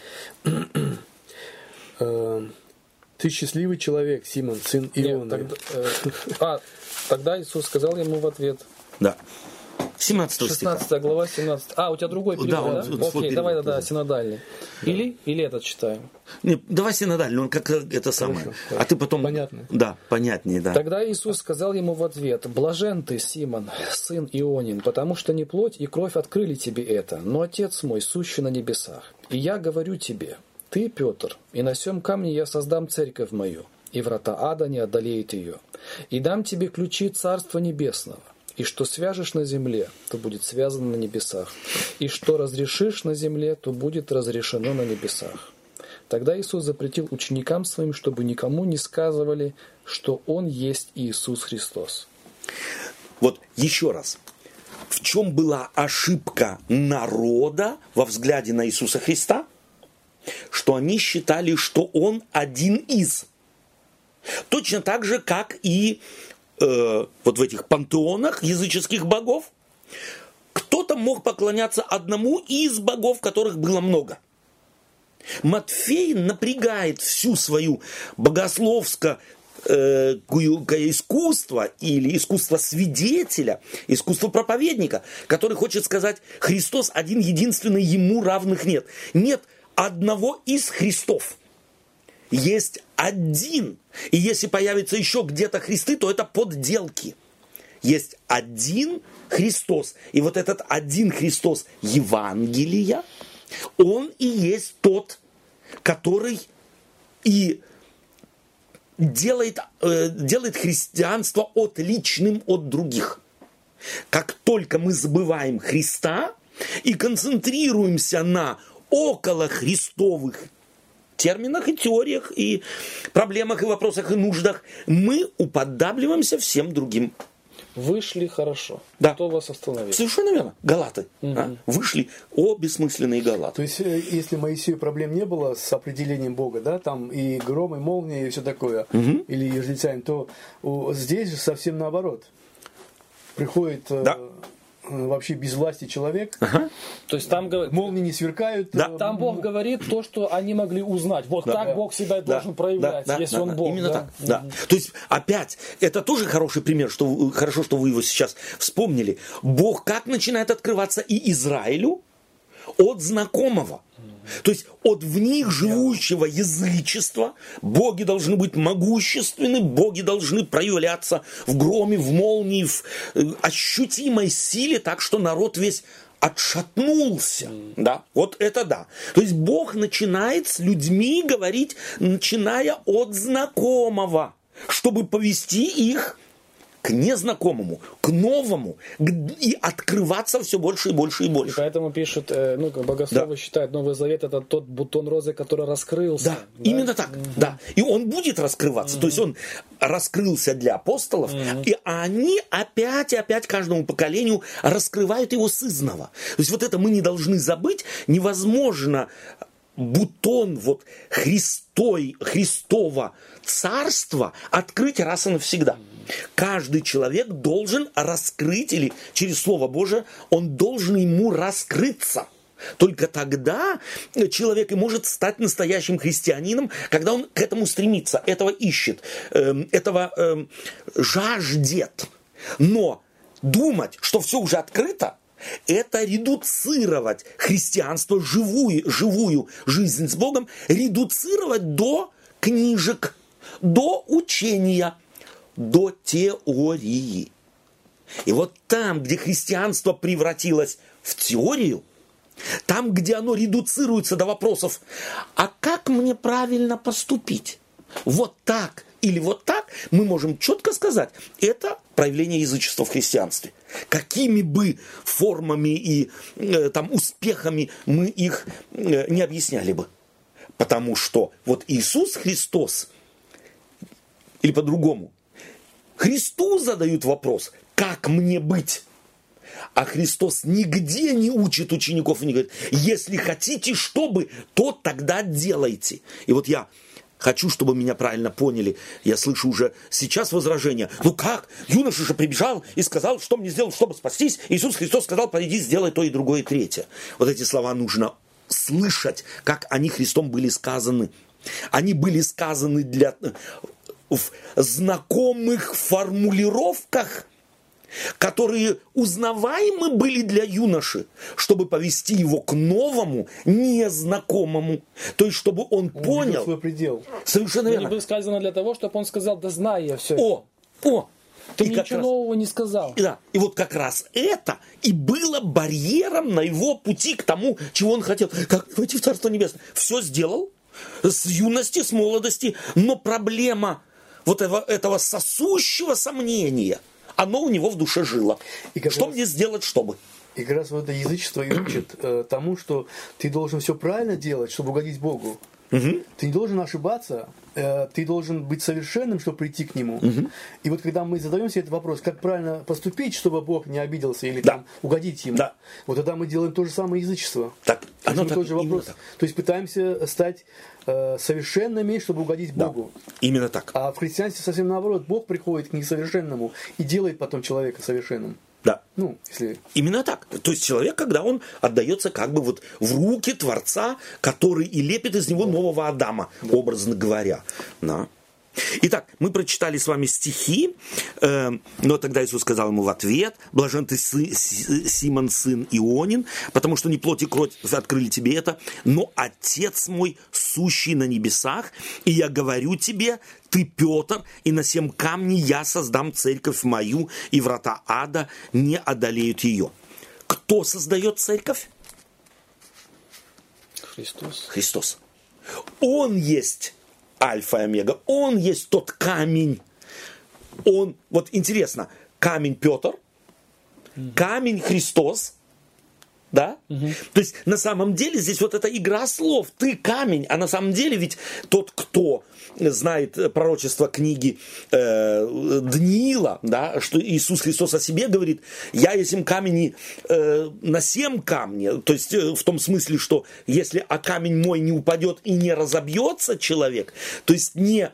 S3: Э, Ты счастливый человек, Симон, сын
S2: Нет,
S3: Иона.
S2: тогда, э, а, тогда Иисус сказал ему в ответ.
S1: Да. семнадцатого стиха.
S2: шестнадцатая глава, семнадцатая. А, у тебя другой перевод,
S1: Да,
S2: да?
S1: он- он свой
S2: Окей, давай
S1: перевод,
S2: тогда
S1: да.
S2: синодальный. Или, или этот читаем.
S1: Не, давай синодально, он как это самое.
S3: Хорошо,
S1: А ты потом...
S3: Понятно.
S1: Да, понятнее, да.
S2: Тогда Иисус сказал ему в ответ: «Блажен ты, Симон, сын Ионин, потому что не плоть и кровь открыли тебе это, но Отец мой, сущий на небесах. И я говорю тебе, ты, Петр, и на сем камне я создам церковь мою, и врата ада не одолеют ее. И дам тебе ключи Царства Небесного. И что свяжешь на земле, то будет связано на небесах. И что разрешишь на земле, то будет разрешено на небесах». Тогда Иисус запретил ученикам своим, чтобы никому не сказывали, что Он есть Иисус Христос.
S1: Вот еще раз. В чем была ошибка народа во взгляде на Иисуса Христа? Что они считали, что Он один из. Точно так же, как и э, вот в этих пантеонах языческих богов. Кто-то мог поклоняться одному из богов, которых было много. Матфей напрягает всю свою богословское э, искусство или искусство свидетеля, искусство проповедника, который хочет сказать: Христос один единственный, ему равных нет. Нет одного из Христов. Есть один. И если появится еще где-то Христы, то это подделки. Есть один Христос. И вот этот один Христос Евангелия, Он и есть тот, который и делает, э, делает христианство отличным от других. Как только мы забываем Христа и концентрируемся на околохристовых терминах и теориях, и проблемах, и вопросах, и нуждах, мы уподабливаемся всем другим.
S2: Вышли хорошо.
S1: Да.
S2: Кто вас остановил?
S1: Совершенно верно. Галаты. А? Вышли. О, бессмысленные галаты.
S3: То есть, э, если Моисею проблем не было с определением Бога, да, там и гром, и молния, и все такое,
S1: Угу.
S3: или жрецами, то о, здесь же совсем наоборот. Приходит э,
S1: Да.
S3: вообще без власти человек,
S1: Ага.
S2: То есть там говорит,
S3: молнии не сверкают.
S1: Да.
S3: э,
S2: там Бог говорит то, что они могли узнать. Вот
S1: Да.
S2: так
S1: Да.
S2: Бог себя
S1: Да,
S2: должен проявлять,
S1: да, да,
S2: если
S1: да,
S2: Он
S1: да.
S2: Бог.
S1: Именно
S2: да?
S1: так. Да. То есть, опять, это тоже хороший пример, что вы- хорошо, что вы его сейчас вспомнили. Бог как начинает открываться и Израилю? От знакомого. То есть от в них живущего язычества боги должны быть могущественны, боги должны проявляться в громе, в молнии, в э, ощутимой силе, так что народ весь отшатнулся. Да, вот это да. То есть Бог начинает с людьми говорить, начиная от знакомого, чтобы повести их к незнакомому, к новому, к- и открываться все больше и больше и
S2: И
S1: больше.
S2: поэтому пишут, э, ну, как богословы
S1: Да.
S2: считают, Новый Завет это тот бутон розы, который раскрылся.
S1: Да, именно так, да. И он будет раскрываться. То есть он раскрылся для апостолов, и они опять и опять каждому поколению раскрывают его сызново. То есть вот это мы не должны забыть. Невозможно бутон вот Христой, Христова царства открыть раз и навсегда. Каждый человек должен раскрыть, или через Слово Божие, он должен ему раскрыться. Только тогда человек и может стать настоящим христианином, когда он к этому стремится, этого ищет, эм, этого эм, жаждет. Но думать, что все уже открыто, это редуцировать христианство, живую, живую жизнь с Богом, редуцировать до книжек, до учения, до теории. И вот там, где христианство превратилось в теорию, там, где оно редуцируется до вопросов, а как мне правильно поступить? Вот так или вот так, мы можем четко сказать, это проявление язычества в христианстве. Какими бы формами и э, там, успехами мы их э, не объясняли бы. Потому что вот Иисус Христос, или по-другому, Христу задают вопрос, как мне быть? А Христос нигде не учит учеников и не говорит, если хотите, чтобы, то тогда делайте. И вот я хочу, чтобы меня правильно поняли. Я слышу уже сейчас возражения. Ну как? Юноша же прибежал и сказал, что мне сделать, чтобы спастись. Иисус Христос сказал, пойди, сделай то и другое, и третье. Вот эти слова нужно слышать, как они Христом были сказаны. Они были сказаны для, в знакомых формулировках, которые узнаваемы были для юноши, чтобы повести его к новому, незнакомому. То есть, чтобы он, он понял...
S3: свой предел.
S1: Совершенно верно.
S2: Это было сказано для того, чтобы он сказал, да знаю я все.
S1: О, о!
S2: Ты
S1: и
S2: ничего
S1: раз,
S2: нового не сказал.
S1: Да, и вот как раз это и было барьером на его пути к тому, чего он хотел. Как войти в Царство Небесное? Все сделал с юности, с молодости, но проблема вот этого, этого сосущего сомнения, оно у него в душе жило. И что раз, мне сделать, чтобы?
S3: И как раз вот это язычество и учит э, тому, что ты должен все правильно делать, чтобы угодить Богу. Угу. Ты не должен ошибаться, э, ты должен быть совершенным, чтобы прийти к Нему. Угу. И вот когда мы задаем себе этот вопрос, как правильно поступить, чтобы Бог не обиделся или да. там, угодить Ему, да. вот тогда мы делаем то же самое язычество.
S1: Так,
S3: то есть, тот же вопрос. То есть пытаемся стать э, совершенными, чтобы угодить да. Богу.
S1: Именно так.
S3: А в христианстве совсем наоборот. Бог приходит к несовершенному и делает потом человека совершенным.
S1: Да.
S3: Ну, если...
S1: Именно так. То есть человек, когда он отдается как бы вот в руки Творца, который и лепит из него нового Адама, да. образно говоря. Да. Итак, мы прочитали с вами стихи, э, но тогда Иисус сказал ему в ответ: «Блажен ты, сы, Симон, сын Ионин, потому что не плоть и кровь открыли тебе это, но Отец мой, сущий на небесах, и я говорю тебе, ты Петр, и на сем камне я создам церковь мою, и врата ада не одолеют ее». Кто создает церковь?
S2: Христос.
S1: Христос. Он есть Альфа и Омега. Он есть тот камень. Он, вот интересно, камень Петр, угу. камень Христос, да? Угу. То есть на самом деле здесь вот эта игра слов. Ты камень, а на самом деле ведь тот, кто знает пророчество книги э, Даниила, да, что Иисус Христос о себе говорит: я есмь камень э, на семь камней. То есть э, в том смысле, что если а камень мой не упадет и не разобьется человек, то есть не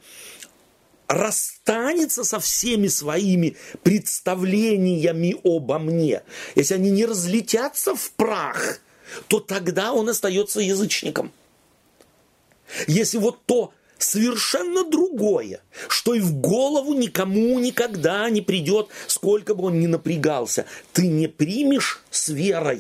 S1: расстанется со всеми своими представлениями обо мне, если они не разлетятся в прах, то тогда он остается язычником. Если вот то совершенно другое, что и в голову никому никогда не придет, сколько бы он ни напрягался, ты не примешь с верой,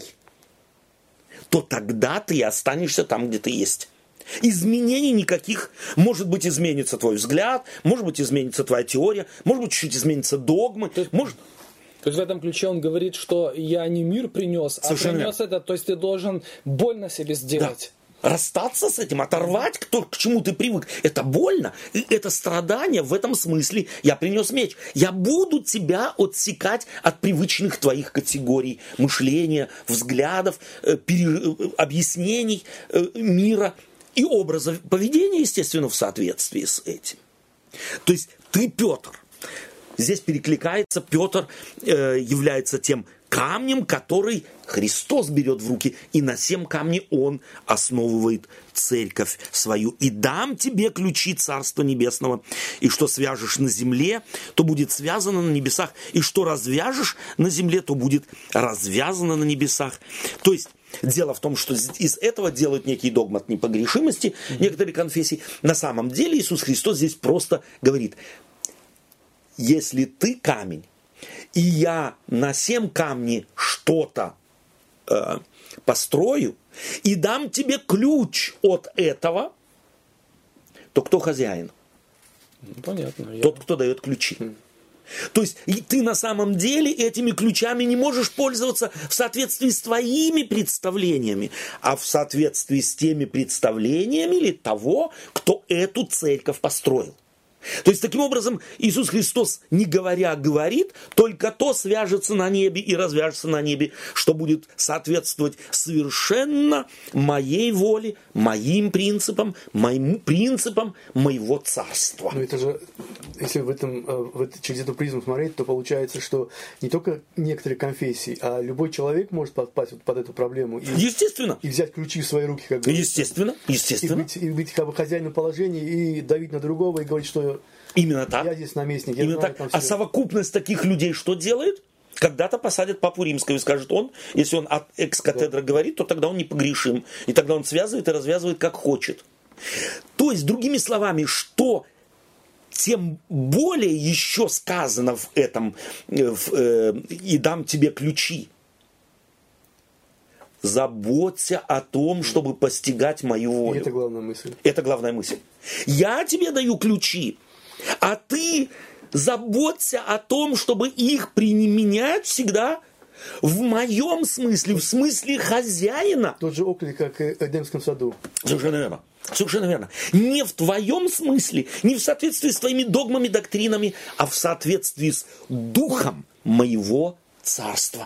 S1: то тогда ты и останешься там, где ты есть. Изменений никаких. Может быть, изменится твой взгляд, может быть, изменится твоя теория, может быть, чуть-чуть изменится догмы.
S2: То есть,
S1: может...
S2: то есть в этом ключе он говорит, что я не мир принес, а
S1: совершенно
S2: принес это, то есть ты должен больно себе сделать.
S1: Да. Расстаться с этим, оторвать то, к чему ты привык. Это больно, и это страдание. В этом смысле я принес меч. Я буду тебя отсекать от привычных твоих категорий мышления, взглядов, пере... объяснений мира и образа поведения, естественно, в соответствии с этим. То есть ты Петр. Здесь перекликается, Петр э, является тем камнем, который Христос берет в руки, и на сем камне он основывает церковь свою. «И дам тебе ключи Царства Небесного, и что свяжешь на земле, то будет связано на небесах, и что развяжешь на земле, то будет развязано на небесах». То есть дело в том, что из этого делают некий догмат непогрешимости, mm-hmm. некоторые конфессии. На самом деле Иисус Христос здесь просто говорит: если ты камень, и я на семь камней что-то э, построю, и дам тебе ключ от этого, то кто хозяин?
S2: Понятно.
S1: Тот, кто дает ключи. То есть и ты на самом деле этими ключами не можешь пользоваться в соответствии с твоими представлениями, а в соответствии с теми представлениями или того, кто эту церковь построил. То есть, таким образом, Иисус Христос, не говоря, говорит, только то свяжется на небе и развяжется на небе, что будет соответствовать совершенно моей воле, моим принципам, моим принципам моего царства.
S3: Ну это же, если в этом, в это, через эту призму смотреть, то получается, что не только некоторые конфессии, а любой человек может попасть вот под эту проблему. И,
S1: Естественно.
S3: И взять ключи в свои руки, как говорится.
S1: Естественно. Естественно.
S3: И быть, и быть как бы хозяином положения, и давить на другого, и говорить, что
S1: именно так.
S3: Я здесь наместник. Я
S1: Именно
S3: знаю,
S1: так.
S3: там
S1: А совокупность таких людей что делает? Когда-то посадят папу римского и скажет он, если он от экс-катедра да. говорит, то тогда он непогрешим. И тогда он связывает и развязывает как хочет. То есть, другими словами, что тем более еще сказано в этом, в, э, и дам тебе ключи. Заботься о том, чтобы постигать мою волю.
S3: И это главная мысль.
S1: Это главная мысль. Я тебе даю ключи, а ты заботься о том, чтобы их применять всегда в моем смысле, в смысле хозяина.
S3: Тот же оклик, как и в Эдемском саду.
S1: Совершенно верно. Совершенно верно. Не в твоем смысле, не в соответствии с твоими догмами, доктринами, а в соответствии с духом моего царства.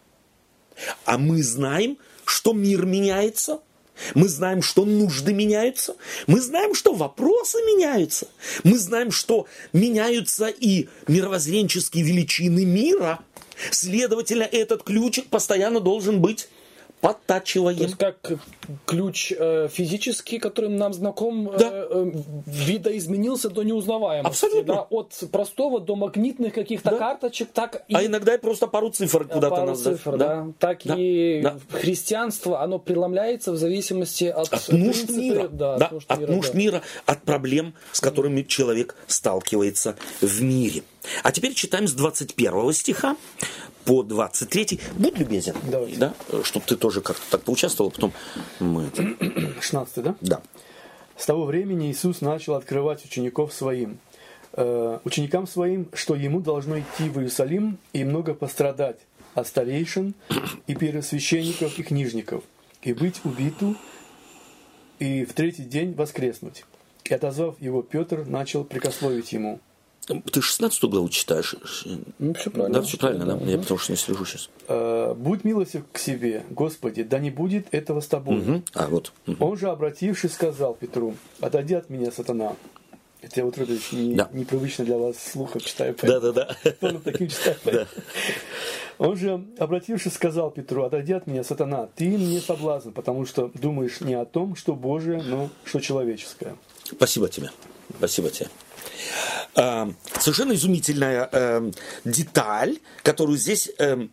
S1: А мы знаем, что мир меняется. Мы знаем, что нужды меняются. Мы знаем, что вопросы меняются. Мы знаем, что меняются и мировоззренческие величины мира. Следовательно, этот ключик постоянно должен быть подтачиваем.
S2: То есть как ключ э, физический, которым нам знаком,
S1: да.
S2: э, э, видоизменился до неузнаваемости.
S1: Абсолютно.
S2: Да, от простого до магнитных каких-то
S1: да.
S2: карточек, так и...
S1: А иногда и просто пару цифр куда-то
S2: пару
S1: нас
S2: цифр,
S1: да.
S2: да. Так
S1: да.
S2: и
S1: да.
S2: христианство, оно преломляется в зависимости от,
S1: от нужд
S2: принципы,
S1: мира,
S2: да,
S1: да.
S2: от нужд,
S1: от,
S2: мира,
S1: нужд
S2: да.
S1: мира, от проблем, с которыми человек сталкивается в мире. А теперь читаем с двадцать первого стиха по двадцать третий. Будь любезен,
S3: Давайте.
S1: Да, чтобы ты тоже как-то так поучаствовал, потом мы...
S3: шестнадцатый, да?
S1: Да.
S3: С того времени Иисус начал открывать учеников своим, э, ученикам своим, что ему должно идти в Иерусалим и много пострадать от старейшин и первосвященников и книжников, и быть убиту, и в третий день воскреснуть. И отозвав его, Петр начал прикословить ему.
S1: Ты шестнадцатую главу читаешь?
S2: Ну, все правильно.
S1: Да, все правильно, да? да? Я потому что не слежу сейчас.
S3: «Будь милостив к себе, Господи, да не будет этого с тобой».
S1: Угу. А, вот. Угу.
S3: Он же, обратившись, сказал Петру: «Отойди от меня, сатана». Это я вот, Рудович, не,
S1: да.
S3: непривычно для вас слуха читаю.
S1: Да-да-да.
S3: Таким читаю. Да. Он же, обратившись, сказал Петру: «Отойди от меня, сатана, ты мне соблазн, потому что думаешь не о том, что Божие, но что человеческое».
S1: Спасибо тебе. Спасибо тебе. Э, совершенно изумительная э, деталь, которую здесь э,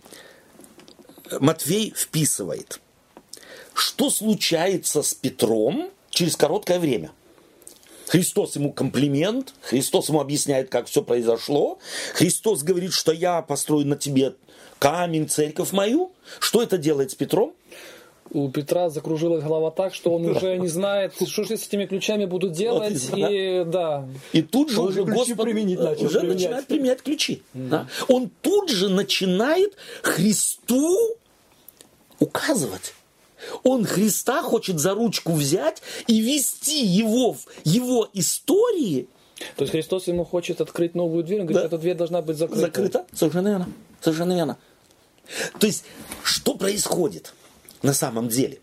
S1: Матфей вписывает. Что случается с Петром через короткое время? Христос ему комплимент, Христос ему объясняет, как все произошло. Христос говорит, что я построю на тебе камень, церковь мою. Что это делает с Петром?
S2: У Петра закружилась голова так, что он уже не знает, что же с этими ключами буду делать.
S1: Вот,
S2: и, да.
S1: и тут же
S3: он
S1: уже
S3: ключи
S1: Господь
S3: применить начал,
S1: уже
S3: применять.
S1: начинает применять ключи. Mm-hmm. Да? Он тут же начинает Христу указывать. Он Христа хочет за ручку взять и вести его в его истории.
S2: То есть Христос ему хочет открыть новую дверь, он говорит, да. Эта дверь должна быть закрыта.
S1: Закрыта? Совершенно верно. Совершенно верно. То есть, что происходит на самом деле?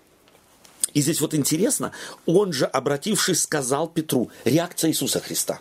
S1: И здесь вот интересно, он же, обратившись, сказал Петру, реакция Иисуса Христа: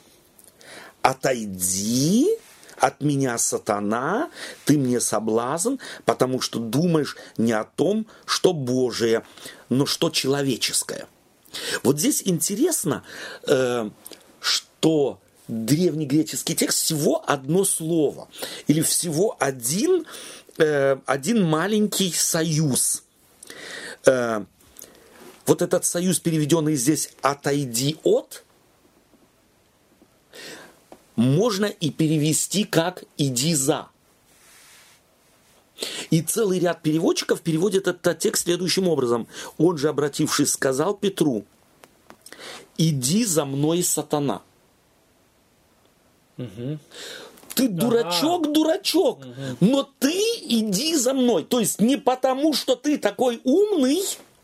S1: «Отойди от меня, сатана, ты мне соблазн, потому что думаешь не о том, что Божие, но что человеческое». Вот здесь интересно, э, что древнегреческий текст всего одно слово, или всего один, э, один маленький союз. Э, вот этот союз, переведенный здесь «отойди от», можно и перевести как «иди за». И целый ряд переводчиков переводит этот текст следующим образом. Он же, обратившись, сказал Петру: «Иди за мной, сатана».
S2: Угу.
S1: ты дурачок, дурачок, но ты иди за мной. То есть не потому, что ты такой умный,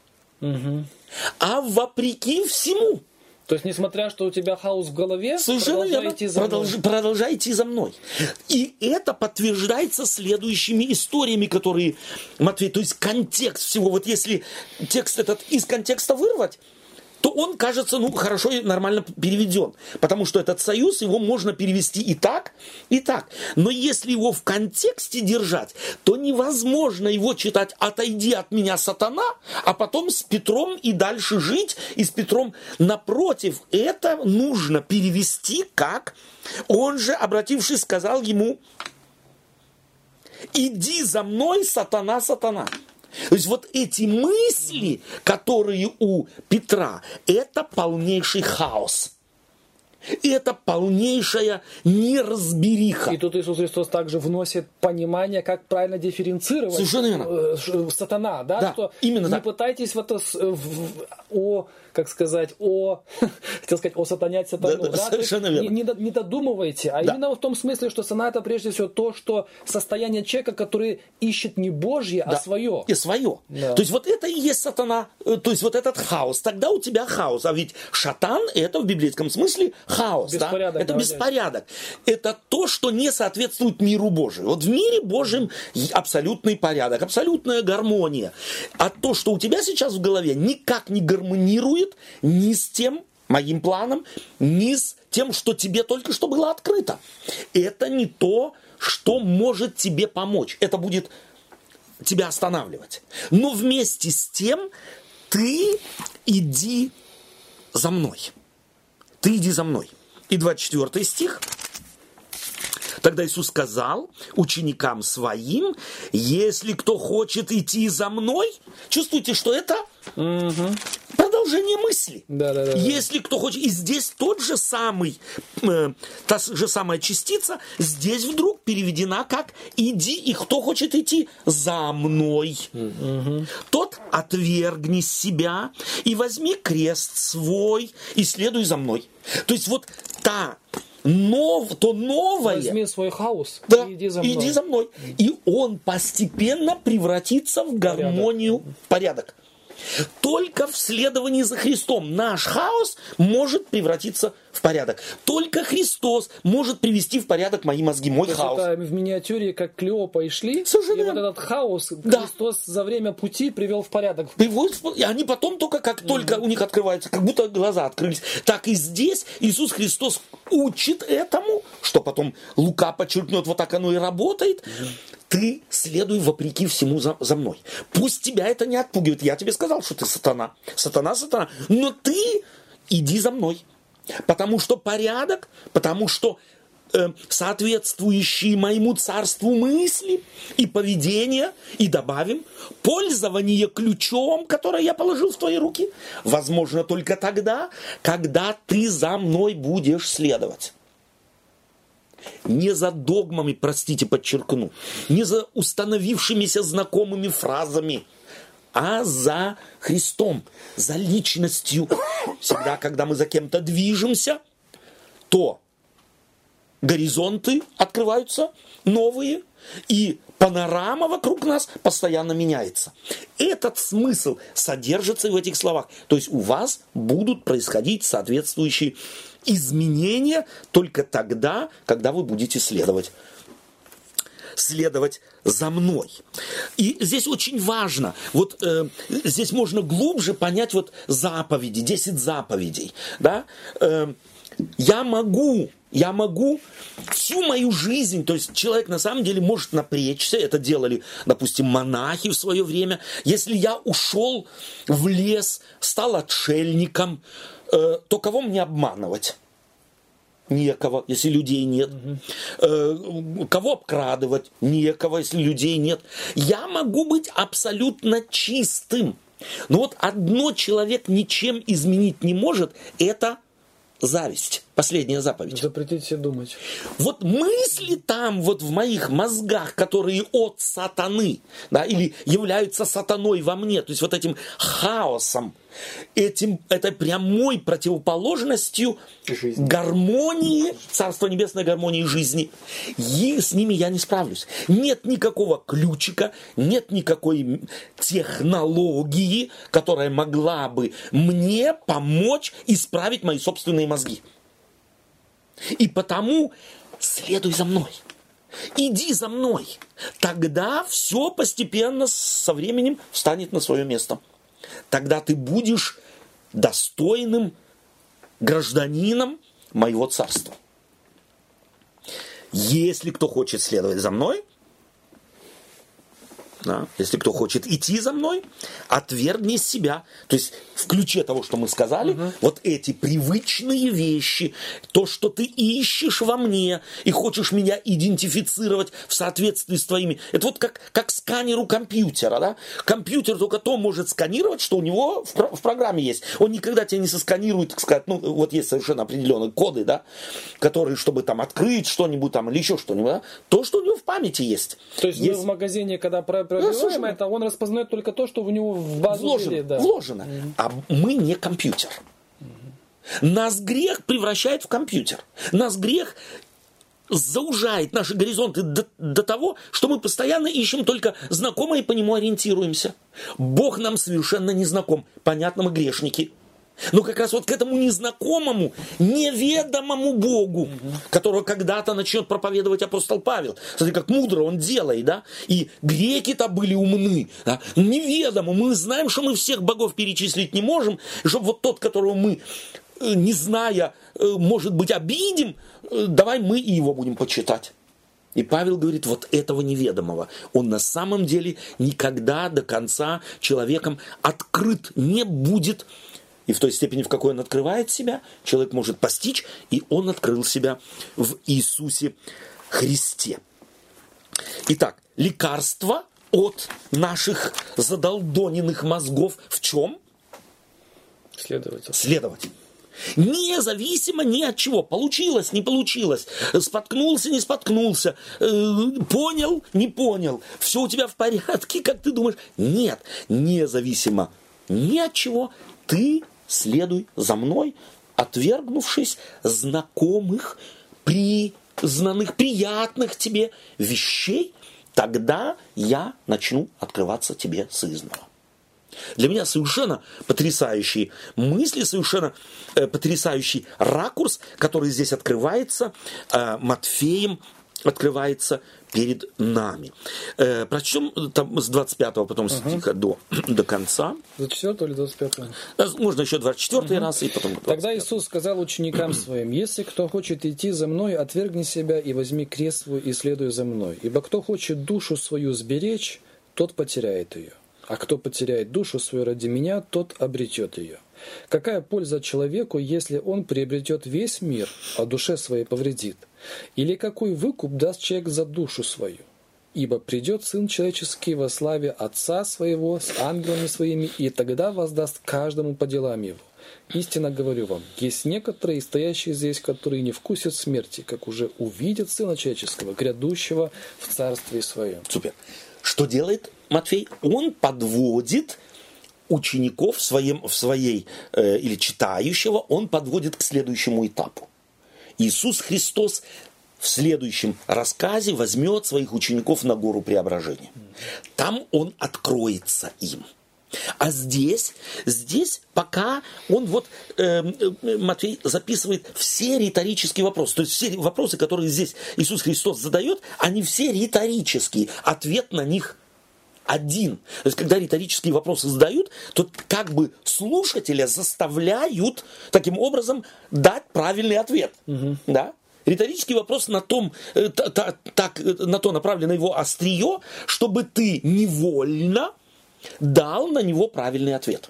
S1: а вопреки всему.
S2: То есть, несмотря что у тебя хаос в голове,
S1: совершенно верно,
S2: продолжай идти за
S1: Продолж,
S2: мной.
S1: продолжай идти за мной. И это подтверждается следующими историями, которые Матфей, то есть контекст всего. Вот если текст этот из контекста вырвать, то он кажется, ну, хорошо и нормально переведен. Потому что этот союз, его можно перевести и так, и так. Но если его в контексте держать, то невозможно его читать «Отойди от меня, сатана», а потом с Петром и дальше жить, и с Петром. Напротив, это нужно перевести как «Он же, обратившись, сказал ему, иди за мной, сатана, сатана». То есть вот эти мысли, которые у Петра, это полнейший хаос. Это полнейшая неразбериха.
S2: И тут Иисус Христос также вносит понимание, как правильно дифференцировать
S1: Совершенно верно.
S2: э, сатана. Да?
S1: Да,
S2: Что
S1: именно
S2: не
S1: так.
S2: пытайтесь в это, с- в- в- о, как сказать, о, хотел сказать, о сатанять сатану.
S1: Да, да,
S2: да?
S1: совершенно
S2: То есть
S1: верно.
S2: Не, не до- не додумывайте, а
S1: Да.
S2: именно в том смысле, что сатана это прежде всего то, что состояние человека, который ищет не Божье, а
S1: Да.
S2: свое.
S1: И свое.
S2: Да.
S1: То есть вот это и есть сатана, э, то есть вот этот хаос. Тогда у тебя хаос. А ведь шатан это в библейском смысле хаос. Да?
S2: Беспорядок,
S1: Это
S2: да,
S1: беспорядок. Это то, что не соответствует миру Божию. Вот в мире Божьем абсолютный порядок, абсолютная гармония. А то, что у тебя сейчас в голове, никак не гармонирует ни с тем моим планом, ни с тем, что тебе только что было открыто. Это не то, что может тебе помочь. Это будет тебя останавливать. Но вместе с тем ты иди за мной. Ты иди за мной. И двадцать четвёртый стих. Тогда Иисус сказал ученикам своим, если кто хочет идти за мной, чувствуете, что это продолжение мысли.
S2: Да, да, да, да.
S1: Если кто хочет, и здесь тот же самый, э, та же самая частица, здесь вдруг переведена как иди, и кто хочет идти за мной, тот отвергни себя и возьми крест свой и следуй за мной. То есть вот та нов, то новое.
S2: Возьми свой хаос
S1: Да,
S2: и иди за мной.
S1: иди за мной. И он постепенно превратится в гармонию, в порядок. Только в следовании за Христом наш хаос может превратиться в порядок. Только Христос может привести в порядок мои мозги, мой
S2: То есть
S1: хаос.
S2: это в миниатюре, как Клеопа и шли,
S1: Совершенно
S2: и вот
S1: верно.
S2: этот хаос
S1: Да.
S2: Христос за время пути привел в порядок.
S1: Приводит в- И они потом только, как только у них открываются, как будто глаза открылись, так и здесь Иисус Христос учит этому, что потом Лука подчеркнет, вот так оно и работает. Ты следуй вопреки всему за, за мной. Пусть тебя это не отпугивает. Я тебе сказал, что ты сатана. Сатана, сатана. Но ты иди за мной. Потому что порядок, потому что э, соответствующие моему царству мысли и поведение, и добавим, пользование ключом, которое я положил в твои руки, возможно только тогда, когда ты за мной будешь следовать. Не за догмами, простите, подчеркну, не за установившимися знакомыми фразами, а за Христом, за личностью. Всегда, когда мы за кем-то движемся, то горизонты открываются новые, и панорама вокруг нас постоянно меняется. Этот смысл содержится в этих словах. То есть у вас будут происходить соответствующие изменения только тогда, когда вы будете следовать. Следовать за мной. И здесь очень важно, вот э, здесь можно глубже понять вот заповеди, десять заповедей. Да? Э, я могу, я могу всю мою жизнь, то есть человек на самом деле может напрячься, это делали, допустим, монахи в свое время. Если я ушел в лес, стал отшельником, э, то кого мне обманывать? Некого, если людей нет. Э, кого обкрадывать? Некого, если людей нет. Я могу быть абсолютно чистым. Но вот одно человек ничем изменить не может, это зависть. Последняя заповедь.
S2: Запретите думать.
S1: Вот мысли там, вот в моих мозгах, которые от сатаны, да, или являются сатаной во мне, то есть вот этим хаосом, этим, этой прямой противоположностью
S3: Жизнь.
S1: гармонии, Царства Небесной гармонии жизни, и с ними я не справлюсь. Нет никакого ключика, нет никакой технологии, которая могла бы мне помочь исправить мои собственные мозги. И потому следуй за мной. Иди за мной. Тогда все постепенно со временем встанет на свое место. Тогда ты будешь достойным гражданином моего царства. Если кто хочет следовать за мной, да, если кто хочет идти за мной, отвергни себя. То есть в ключе того, что мы сказали, угу. вот эти привычные вещи, то, что ты ищешь во мне и хочешь меня идентифицировать в соответствии с твоими. Это вот как, как сканеру компьютера. Да? Компьютер только то может сканировать, что у него в, в программе есть. Он никогда тебя не сосканирует, так сказать, ну вот есть совершенно определенные коды, да, которые, чтобы там открыть что-нибудь там или еще что-нибудь, да? То, что у него в памяти есть.
S2: То есть, есть... мы в магазине, когда про пробиваем это, он распознает только то, что у него в базу
S1: вложено,
S2: ввели, да.
S1: вложено. Mm-hmm. А мы не компьютер. Mm-hmm. Нас грех превращает в компьютер. Нас грех заужает наши горизонты до, до того, что мы постоянно ищем только знакомое и по нему ориентируемся. Бог нам совершенно не знаком. Понятно, мы грешники. Но как раз вот к этому незнакомому, неведомому Богу, угу. которого когда-то начнет проповедовать апостол Павел. Смотри, как мудро он делает, да? И греки-то были умны, да? Неведомо. Мы знаем, что мы всех богов перечислить не можем, и чтобы вот тот, которого мы, не зная, может быть, обидим, давай мы и его будем почитать. И Павел говорит, вот этого неведомого, он на самом деле никогда до конца человеком открыт не будет. И в той степени, в какой он открывает себя, человек может постичь, и он открыл себя в Иисусе Христе. Итак, лекарство от наших задолдоненных мозгов в чем?
S2: Следовать.
S1: Следовать. Независимо ни от чего. Получилось, не получилось. Споткнулся, не споткнулся. Понял, не понял. Все у тебя в порядке, как ты думаешь? Нет. Независимо ни от чего. Ты следуй за мной, отвергнувшись знакомых, признанных, приятных тебе вещей, тогда я начну открываться тебе сызнова. Для меня совершенно потрясающие мысли, совершенно э, потрясающий ракурс, который здесь открывается э, Матфеем, открывается перед нами. Э, прочтем там с двадцать пятого потом uh-huh. стиха до, до конца.
S2: двадцать четвёртого или двадцать пятого?
S1: Можно еще двадцать четвёртый uh-huh. раз и потом двадцать пятый.
S2: Тогда Иисус сказал ученикам своим: «Если кто хочет идти за мной, отвергни себя и возьми крест свой и следуй за мной. Ибо кто хочет душу свою сберечь, тот потеряет ее. А кто потеряет душу свою ради меня, тот обретет ее. Какая польза человеку, если он приобретет весь мир, а душе своей повредит? Или какой выкуп даст человек за душу свою? Ибо придет Сын Человеческий во славе Отца Своего с ангелами Своими, и тогда воздаст каждому по делам его. Истинно говорю вам, есть некоторые, стоящие здесь, которые не вкусят смерти, как уже увидят Сына Человеческого, грядущего в Царстве Своем».
S1: Супер. Что делает Матфей? Он подводит учеников в, своем, в своей, э, или читающего, он подводит к следующему этапу. Иисус Христос в следующем рассказе возьмет своих учеников на гору Преображения. Там он откроется им. А здесь, здесь пока он вот, э, Матфей записывает все риторические вопросы. То есть все вопросы, которые здесь Иисус Христос задает, они все риторические. Ответ на них один. То есть когда риторические вопросы задают, то как бы слушателя заставляют таким образом дать правильный ответ. Угу. Да? Риторический вопрос на, том, э, та, так, на то направлено его острие, чтобы ты невольно дал на него правильный ответ.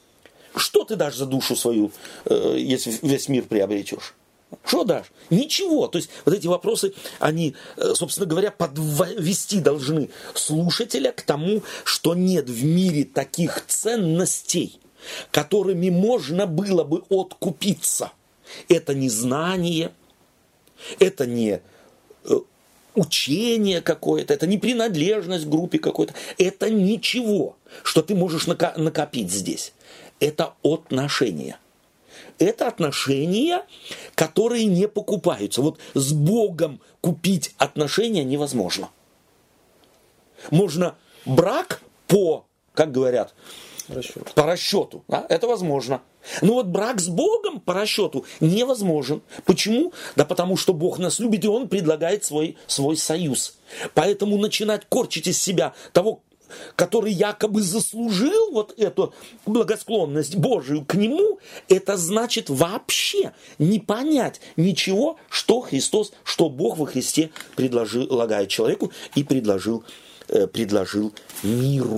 S1: Что ты дашь за душу свою, э, если весь мир приобретешь? Что дашь? Ничего. То есть вот эти вопросы, они, собственно говоря, подвести должны слушателя к тому, что нет в мире таких ценностей, которыми можно было бы откупиться. это не знание, это не учение какое-то, это не принадлежность к группе какой-то, это ничего, что ты можешь накопить здесь. Это отношения. Это отношения, которые не покупаются. Вот с Богом купить отношения невозможно. Можно брак по, как говорят,
S2: Расчет.
S1: по расчету. Да? Это возможно. Но вот брак с Богом по расчету невозможен. Почему? Да потому что Бог нас любит, и Он предлагает свой, свой союз. Поэтому начинать корчить из себя того, который якобы заслужил вот эту благосклонность Божию к Нему, это значит вообще не понять ничего, что Христос, что Бог во Христе предлагает человеку и предложил, э, предложил миру.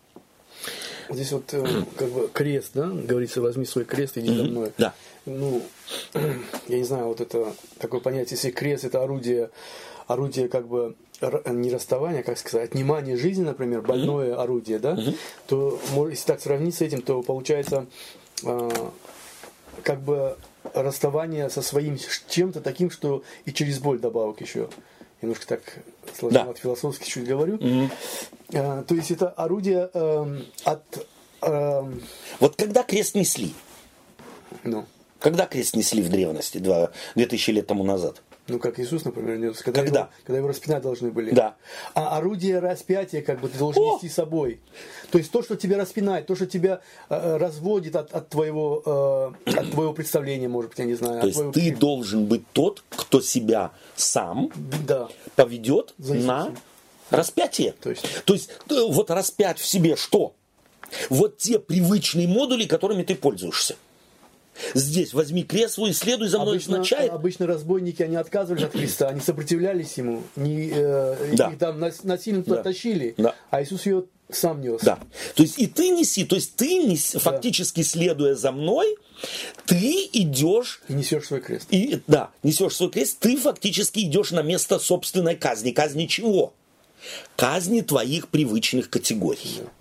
S3: Здесь вот как бы крест, да, говорится, возьми свой крест и иди за мной.
S1: Да.
S3: Ну, я не знаю, вот это такое понятие, если крест это орудие, орудие как бы не расставания, как сказать, отнимания жизни, например, больное mm-hmm. орудие, да, mm-hmm. то если так сравнить с этим, то получается э, как бы расставание со своим чем-то таким, что и через боль добавок еще. Немножко так сложно, да. Философски чуть говорю. Mm-hmm. Э, то есть это орудие э, от... Э,
S1: вот когда крест несли?
S3: Ну.
S1: Когда крест несли в древности, два, две тысячи лет тому назад?
S3: Ну, как Иисус, например, нес. Когда,
S1: когда?
S3: Его, когда его распинать должны были.
S1: Да.
S3: А орудие распятия, как бы, ты должен О! нести с собой. То есть, то, что тебя распинает, то, что тебя э, разводит от, от, твоего, э, от твоего представления, может быть, я не знаю.
S1: То есть,
S3: твоего...
S1: ты должен быть тот, кто себя сам
S3: да.
S1: поведет на распятие.
S3: То есть...
S1: то есть, вот распять в себе что? Вот те привычные модули, которыми ты пользуешься. Здесь возьми крест свой и следуй за мной,
S3: обычно,
S1: означает...
S3: Обычно разбойники, они отказывались от Христа, они сопротивлялись Ему, не, э, да. их там насильно туда да. тащили,
S1: да.
S3: а Иисус ее сам нес.
S1: Да. То есть и ты неси, то есть ты неси, да. фактически следуя за мной, ты идешь...
S3: И несешь свой крест.
S1: И, да, несешь свой крест, ты фактически идешь на место собственной казни. Казни чего? Казни твоих привычных категорий. Да.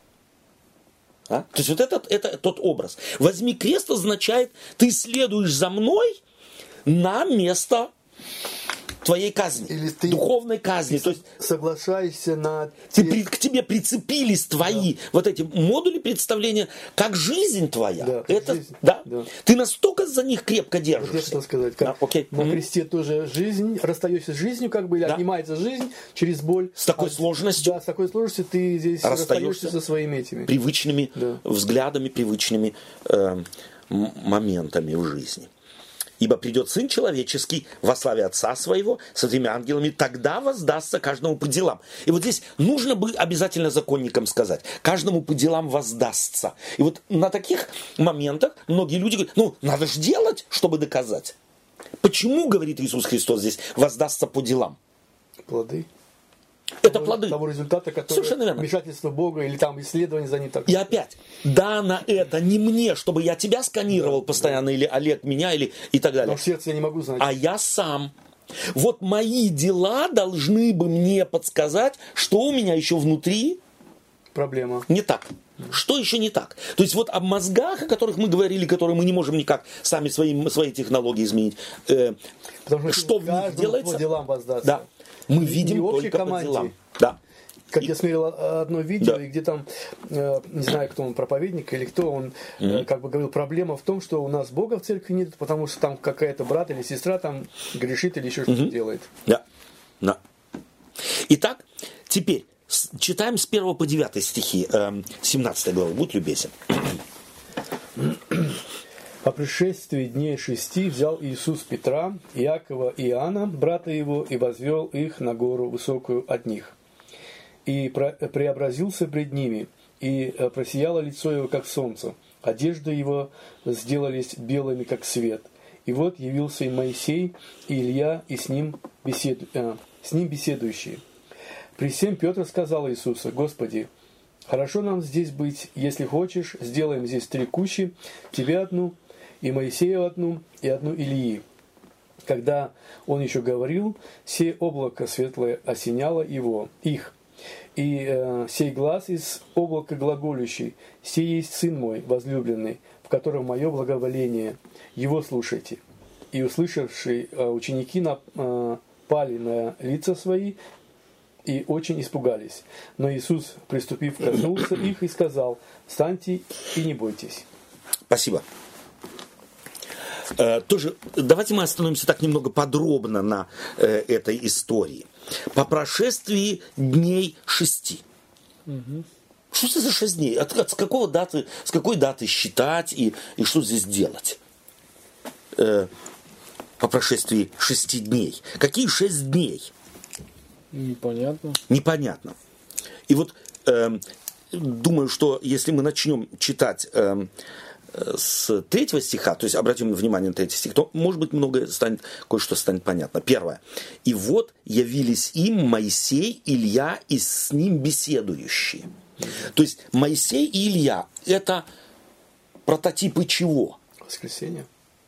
S1: А? То есть вот этот, это тот образ. Возьми крест означает, ты следуешь за мной на место твоей казни,
S3: или ты,
S1: духовной казни.
S3: Ты
S1: то есть
S3: соглашаешься на...
S1: Ты, при, к тебе прицепились твои да. вот эти модули представления, как жизнь твоя.
S3: Да,
S1: это,
S3: жизнь.
S1: Да?
S3: Да.
S1: Ты настолько за них крепко держишься.
S3: Вот я хотел сказать, как
S1: да, окей.
S3: на кресте тоже жизнь, расстаешься с жизнью, как бы, или да. отнимается жизнь через боль.
S1: С такой а, сложностью.
S3: Да, с такой сложностью ты здесь расстаешься, расстаешься со своими этими.
S1: Привычными да. взглядами, привычными э, моментами в жизни. Ибо придет Сын Человеческий во славе Отца Своего со всеми ангелами, тогда воздастся каждому по делам. И вот здесь нужно бы обязательно законникам сказать, каждому по делам воздастся. И вот на таких моментах многие люди говорят, ну, надо же делать, чтобы доказать. Почему, говорит Иисус Христос здесь, воздастся по делам?
S3: Плоды.
S1: Это
S3: того,
S1: плоды.
S3: Того результата, который вмешательство Бога или там исследование за ним. Так.
S1: И опять, да, на это не мне, чтобы я тебя сканировал да, постоянно, да. или Олег меня, или и так далее.
S3: Но в сердце я не могу знать.
S1: А я сам. Вот мои дела должны бы мне подсказать, что у меня еще внутри
S3: проблема.
S1: Не так. Что еще не так? То есть вот о мозгах, о которых мы говорили, которые мы не можем никак сами свои, свои технологии изменить. Э,
S3: Потому
S1: что в них делается?
S3: По делам воздастся.
S1: Да. Мы
S3: и
S1: видим только
S3: команде.
S1: по делам. Да.
S3: Как и... я смотрел одно видео,
S1: да.
S3: и где там, э, не знаю, кто он, проповедник или кто, он mm-hmm. э, как бы говорил, проблема в том, что у нас Бога в церкви нет, потому что там какая-то брат или сестра там грешит или еще mm-hmm. что-то делает.
S1: Да. Да. Итак, теперь читаем с первого по девятый стихи семнадцатой главы. Будь любезен.
S3: По пришествии дней шести взял Иисус Петра, Иакова и Иоанна, брата его, и возвел их на гору высокую от них. И преобразился пред ними, и просияло лицо его, как солнце. Одежды его сделались белыми, как свет. И вот явился и Моисей, и Илья, и с ним, беседу, э, с ним беседующие. При всем Петр сказал Иисусу: «Господи, хорошо нам здесь быть, если хочешь, сделаем здесь три кущи, тебе одну, и Моисею одну, и одну Илии». Когда он еще говорил, сей облако светлое осеняло его, их, и э, сей глаз из облака глаголющий: «Сей есть Сын мой возлюбленный, в котором мое благоволение, его слушайте». И услышавшие э, ученики напали на лица свои и очень испугались. Но Иисус, приступив, коснулся их и сказал: «Встаньте и не бойтесь».
S1: Спасибо. Э, тоже давайте мы остановимся так немного подробно на э, этой истории. По прошествии дней шести.
S2: Угу.
S1: Что это за шесть дней? От, от с какого даты, с какой даты считать и, и что здесь делать? Э, по прошествии шести дней. Какие шесть дней?
S2: Непонятно.
S1: Непонятно. И вот э, думаю, что если мы начнем читать э, с третьего стиха, то есть обратим внимание на третий стих, то, может быть, многое станет, кое-что станет понятно. Первое. «И вот явились им Моисей, Илья и с ним беседующие». То есть Моисей и Илья – это прототипы чего?
S3: Воскресенье.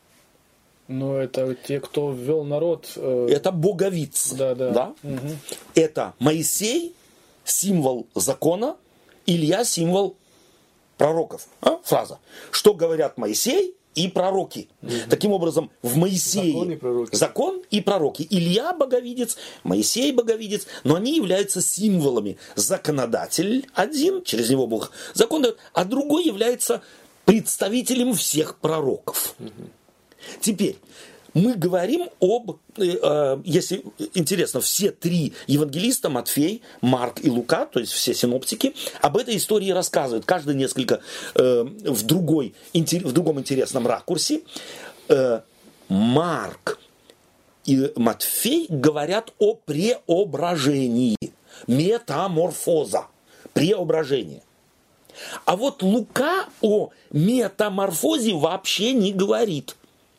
S2: Ну, это те, кто ввел народ. Э...
S1: Это боговицы.
S2: Да, да.
S1: Да?
S2: Угу.
S1: Это Моисей – символ закона, Илья – символ пророков. А? Фраза. Что говорят Моисей и пророки. Угу. Таким образом, в Моисее
S3: закон и пророки.
S1: Закон и пророки. Илья боговидец, Моисей боговидец, но они являются символами. Законодатель один, через него Бог закон дает, а другой является представителем всех пророков. Угу. Теперь, мы говорим об, э, если интересно, все три евангелиста, Матфей, Марк и Лука, то есть все синоптики, об этой истории рассказывают, каждый несколько э, в, другой, в другом интересном ракурсе. Э, Марк и Матфей говорят о преображении, метаморфоза, преображение. А вот Лука о метаморфозе вообще не говорит.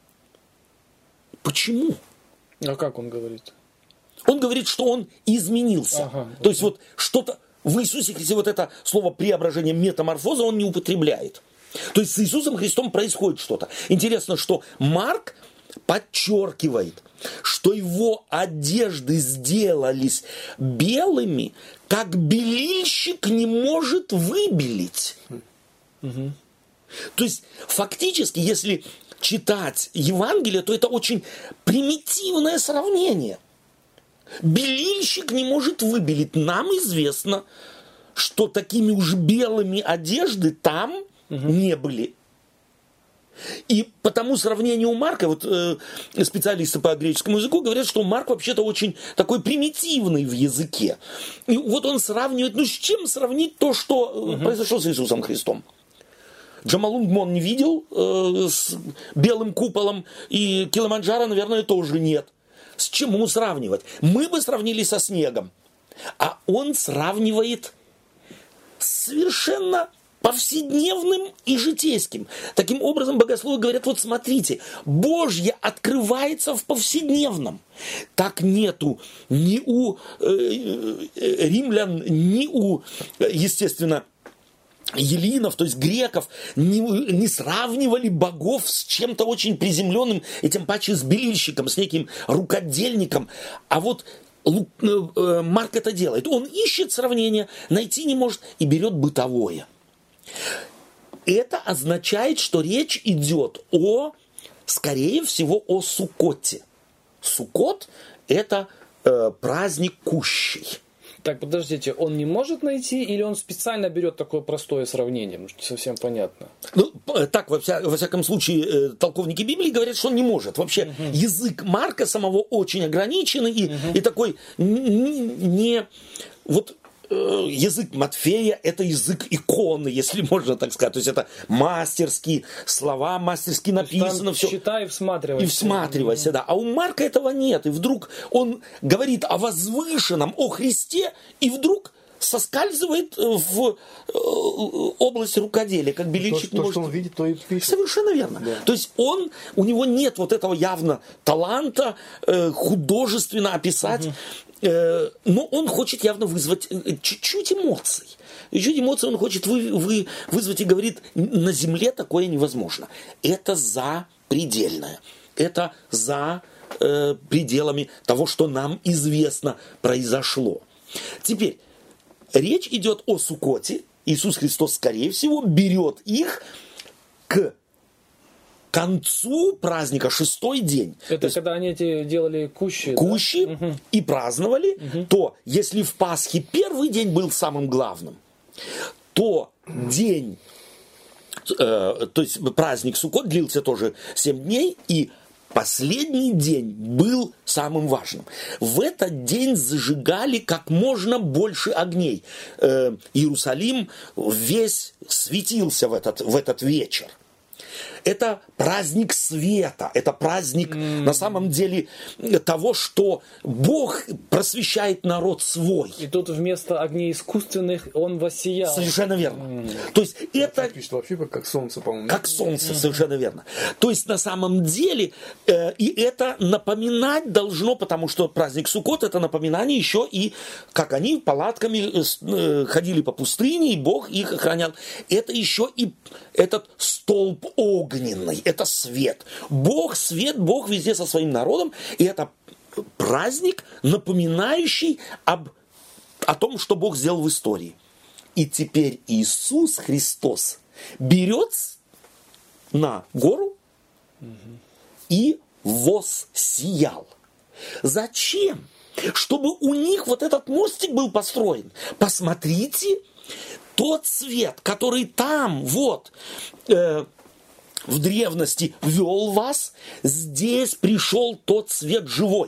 S1: Почему?
S2: А как он говорит?
S1: Он говорит, что он изменился.
S2: Ага,
S1: То есть вот что-то в Иисусе Христе, вот это слово преображение, метаморфоза, он не употребляет. То есть с Иисусом Христом происходит что-то. Интересно, что Марк подчеркивает, что его одежды сделались белыми, как белильщик не может выбелить. Угу. То есть фактически, если читать Евангелие, то это очень примитивное сравнение. Белильщик не может выбелить. Нам известно, что такими уж белыми одежды там угу. не были. И по тому сравнению Марка, вот э, специалисты по греческому языку говорят, что Марк вообще-то очень такой примитивный в языке. И вот он сравнивает, ну с чем сравнить то, что угу. произошло с Иисусом Христом? Джамалунгмон не видел э, с белым куполом, и Килиманджаро, наверное, тоже нет. С чем ему сравнивать? Мы бы сравнили со снегом. А он сравнивает с совершенно повседневным и житейским. Таким образом, богословы говорят, вот смотрите, Божье открывается в повседневном. Так нету ни у э, э, римлян, ни у, естественно, еллинов, то есть греков, не, не сравнивали богов с чем-то очень приземленным, и тем паче с белильщиком, с неким рукодельником. А вот Лу, э, Марк это делает. Он ищет сравнение, найти не может и берет бытовое. Это означает, что речь идет о, скорее всего, о Суккоте. Суккот – это э, праздник кущей.
S2: Так, подождите, он не может найти или он специально берет такое простое сравнение? Не совсем понятно.
S1: Ну, так, во, вся, во всяком случае, толковники Библии говорят, что он не может. Вообще, угу. язык Марка самого очень ограниченный и, угу. и такой не... не вот, язык Матфея – это язык иконы, если можно так сказать. То есть это мастерские слова, мастерски написано. Все.
S2: Читай и всматривайся.
S1: И всматривайся, mm-hmm. да. А у Марка этого нет. И вдруг он говорит о возвышенном, о Христе, и вдруг соскальзывает в область рукоделия, как белильщик
S3: то,
S1: может...
S3: То, что он видит, то и пишет.
S1: Совершенно верно. Да. То есть он, у него нет вот этого явно таланта э, художественно описать, угу. э, но он хочет явно вызвать чуть-чуть эмоций. Чуть-чуть эмоций он хочет вы, вы, вызвать и говорит, на земле такое невозможно. Это запредельное. Это за э, пределами того, что нам известно произошло. Теперь, речь идет о Суккоте. Иисус Христос, скорее всего, берет их к концу праздника, шестой день.
S2: Это когда они эти делали кущи,
S1: кущи,
S2: да? Угу.
S1: И праздновали,
S2: угу.
S1: то если в Пасхе первый день был самым главным, то день, э, то есть праздник Суккот длился тоже семь дней, и последний день был самым важным. В этот день зажигали как можно больше огней. Э, Иерусалим весь светился в этот, в этот вечер. Это праздник света, это праздник mm. на самом деле того, что Бог просвещает народ свой.
S2: И тут вместо огней искусственных он воссиял.
S1: Совершенно верно.
S2: Mm.
S1: То есть это...
S3: Пишет вообще как солнце, по-моему.
S1: Как солнце, mm-hmm. совершенно верно. То есть на самом деле, э, и это напоминать должно, потому что праздник Суккот это напоминание еще и, как они палатками э, ходили по пустыне, и Бог их охранял. Это еще и этот столб огненный, это свет. Бог свет, Бог везде со своим народом, и это праздник, напоминающий об, о том, что Бог сделал в истории. И теперь Иисус Христос берет на гору и воссиял. Зачем? Чтобы у них вот этот мостик был построен. Посмотрите, тот свет, который там, вот, э, в древности вел вас, здесь пришел тот свет живой,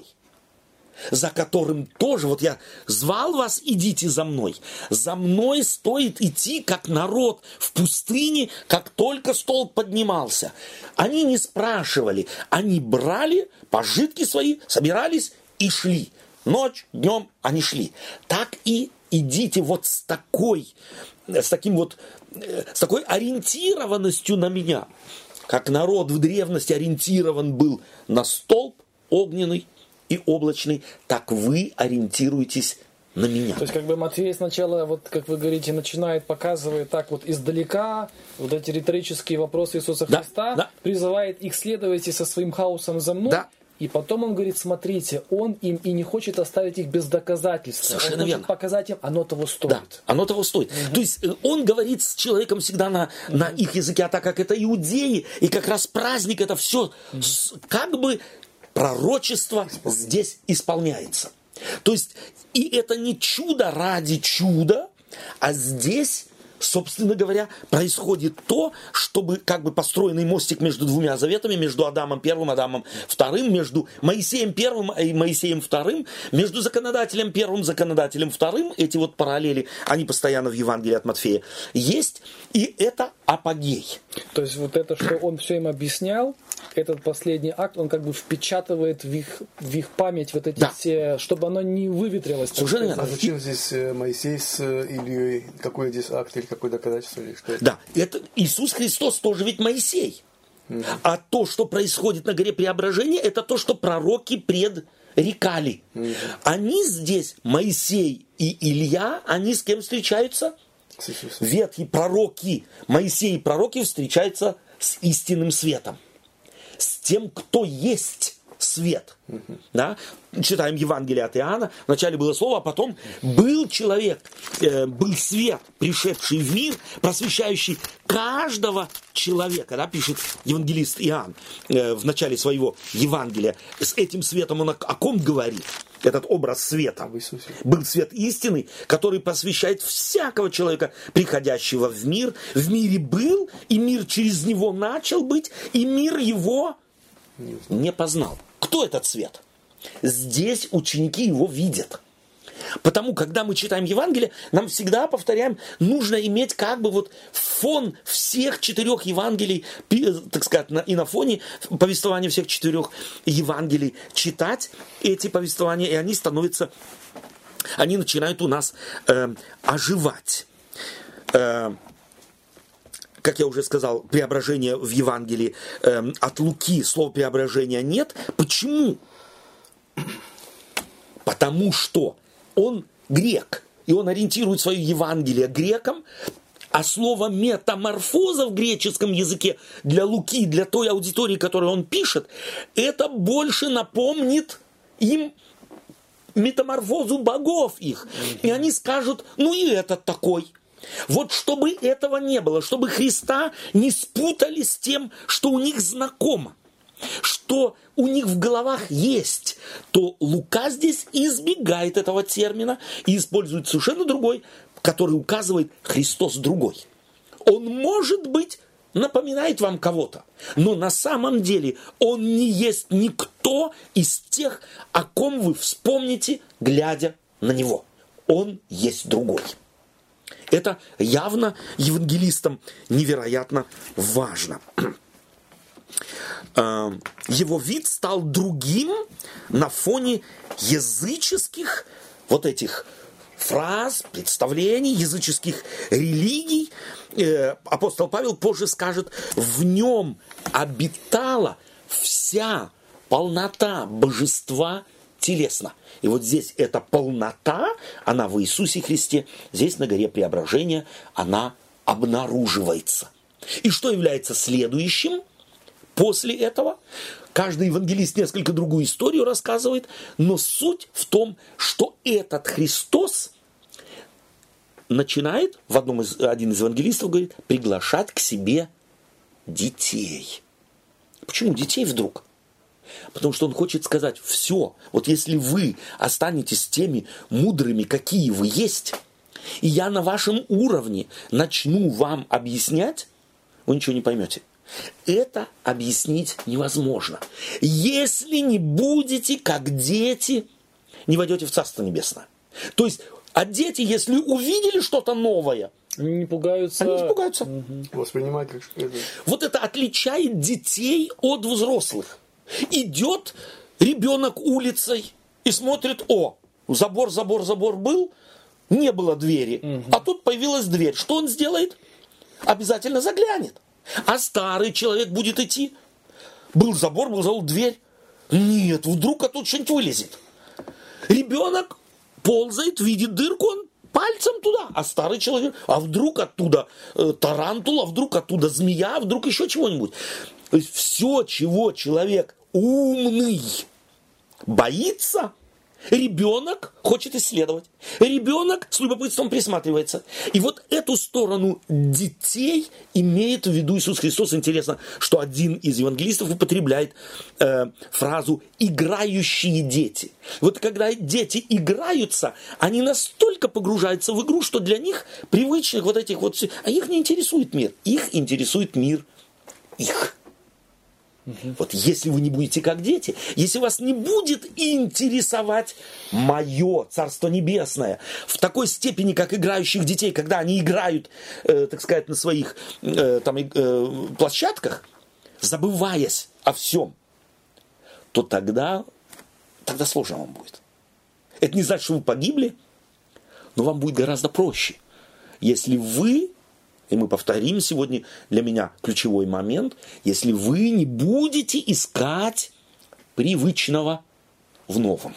S1: за которым тоже, вот я звал вас, идите за мной. За мной стоит идти, как народ в пустыне, как только столб поднимался. Они не спрашивали, они брали пожитки свои, собирались и шли. Ночь, днем они шли. Так и идите вот с такой, с таким вот, с такой ориентированностью на меня, как народ в древности ориентирован был на столб огненный и облачный, так вы ориентируетесь на меня.
S2: То есть, как бы Матфей сначала, вот как вы говорите, начинает, показывает так вот издалека вот эти риторические вопросы Иисуса
S1: да,
S2: Христа,
S1: да.
S2: призывает их: следуйте со своим хаосом за мной. Да. И потом он говорит: смотрите, он им и не хочет оставить их без доказательств.
S1: Совершенно
S2: он хочет
S1: верно.
S2: показать им, оно того стоит.
S1: Да, оно того стоит. Угу. То есть он говорит с человеком всегда на, угу. на их языке, а так как это иудеи, и как раз праздник, это все угу. как бы пророчество здесь исполняется. То есть и это не чудо ради чуда, а здесь, собственно говоря, происходит то, чтобы как бы построенный мостик между двумя заветами, между Адамом первым и Адамом вторым, между Моисеем первым и Моисеем вторым, между законодателем первым и законодателем вторым, эти вот параллели, они постоянно в Евангелии от Матфея есть, и это апогей.
S2: То есть вот это, что он все им объяснял, этот последний акт, он как бы впечатывает в их, в их память вот эти да. все, чтобы оно не выветрилось.
S3: А зачем здесь Моисей с Ильей? Какой здесь акт или какое доказательство? Или что это?
S1: Да, это Иисус Христос тоже ведь Моисей. Mm-hmm. А то, что происходит на горе Преображения, это то, что пророки предрекали. Mm-hmm. Они здесь, Моисей и Илья, они с кем встречаются? С Иисусом. Ветхие пророки, Моисей и пророки встречаются с истинным светом. С тем, кто есть свет. Uh-huh. Да? Читаем Евангелие от Иоанна. Вначале было слово, а потом был человек, э, был свет, пришедший в мир, просвещающий каждого человека. Да? Пишет евангелист Иоанн э, в начале своего Евангелия. С этим светом он о, о ком говорит? Этот образ света. Был свет истины, который просвещает всякого человека, приходящего в мир. В мире был, и мир через него начал быть, и мир его не познал. Кто этот свет? Здесь ученики его видят. Потому, когда мы читаем Евангелие, нам всегда, повторяем, нужно иметь как бы вот фон всех четырех Евангелий, так сказать, и на фоне повествования всех четырех Евангелий читать эти повествования, и они становятся, они начинают у нас э, оживать. Э, как я уже сказал, преображение в Евангелии э, от Луки, слова преображения нет. Почему? Потому что он грек, и он ориентирует свое Евангелие грекам, а слово метаморфоза в греческом языке для Луки, для той аудитории, которой он пишет, это больше напомнит им метаморфозу богов их. И они скажут: ну и этот такой. Вот чтобы этого не было, чтобы Христа не спутали с тем, что у них знакомо, что у них в головах есть, то Лука здесь избегает этого термина и использует совершенно другой, который указывает Христос другой. Он, может быть, напоминает вам кого-то, но на самом деле он не есть никто из тех, о ком вы вспомните, глядя на него. Он есть другой. Это явно евангелистам невероятно важно. Его вид стал другим на фоне языческих вот этих фраз, представлений, языческих религий. Апостол Павел позже скажет, в нем обитала вся полнота божества телесно. И вот здесь эта полнота, она в Иисусе Христе, здесь на горе Преображения, она обнаруживается. И что является следующим после этого? Каждый евангелист несколько другую историю рассказывает, но суть в том, что этот Христос начинает, в одном из, один из евангелистов говорит, приглашать к себе детей. Почему детей вдруг? Потому что он хочет сказать, все, вот если вы останетесь теми мудрыми, какие вы есть, и я на вашем уровне начну вам объяснять, вы ничего не поймете. Это объяснить невозможно. Если не будете, как дети, не войдете в Царство Небесное. То есть, а дети, если увидели что-то новое,
S2: они не пугаются.
S1: Они не пугаются.
S3: Угу. Воспринимать как это.
S1: Вот это отличает детей от взрослых. Идет ребенок улицей и смотрит, о, забор, забор, забор был, не было двери, угу. а тут появилась дверь. Что он сделает? Обязательно заглянет. А старый человек будет идти. Был забор, был забор, дверь. Нет, вдруг а тут что-нибудь вылезет. Ребенок ползает, видит дырку, он пальцем туда. А старый человек, а вдруг оттуда э, тарантула, а вдруг оттуда змея, а вдруг еще чего-нибудь. То есть все, чего человек умный боится, ребенок хочет исследовать. Ребенок с любопытством присматривается. И вот эту сторону детей имеет в виду Иисус Христос. Интересно, что один из евангелистов употребляет э, фразу «играющие дети». Вот когда дети играются, они настолько погружаются в игру, что для них привычных вот этих вот... А их не интересует мир. Их интересует мир их. Вот если вы не будете как дети, если вас не будет интересовать мое Царство Небесное в такой степени, как играющих детей, когда они играют, э, так сказать, на своих э, там, э, площадках, забываясь о всем, то тогда, тогда сложно вам будет. Это не значит, что вы погибли, но вам будет гораздо проще, если вы... И мы повторим сегодня для меня ключевой момент. Если вы не будете искать привычного в новом.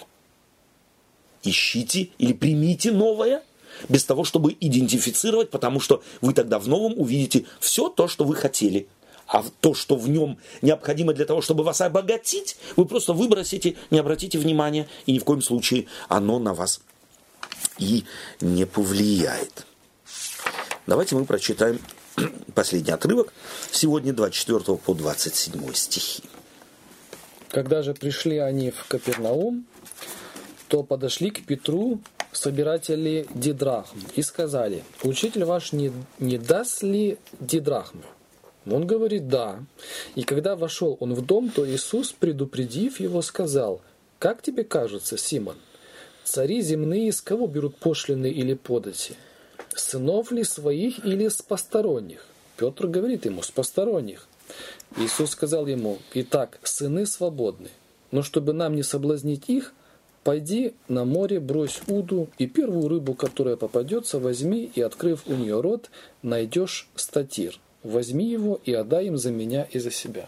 S1: Ищите или примите новое, без того, чтобы идентифицировать, потому что вы тогда в новом увидите все то, что вы хотели. А то, что в нем необходимо для того, чтобы вас обогатить, вы просто выбросите, не обратите внимания, и ни в коем случае оно на вас и не повлияет. Давайте мы прочитаем последний отрывок. Сегодня двадцать четвёртого по двадцать седьмой стихи.
S2: Когда же пришли они в Капернаум, то подошли к Петру собиратели дидрахм и сказали: «Учитель ваш не, не даст ли дидрахмы?» Он говорит: «Да». И когда вошел он в дом, то Иисус, предупредив его, сказал: «Как тебе кажется, Симон, цари земные с кого берут пошлины или подати? Сынов ли своих или с посторонних?» Петр говорит ему: «С посторонних». Иисус сказал ему: «Итак, сыны свободны, но чтобы нам не соблазнить их, пойди на море, брось уду, и первую рыбу, которая попадется, возьми, и, открыв у нее рот, найдешь статир. Возьми его и отдай им за меня и за себя».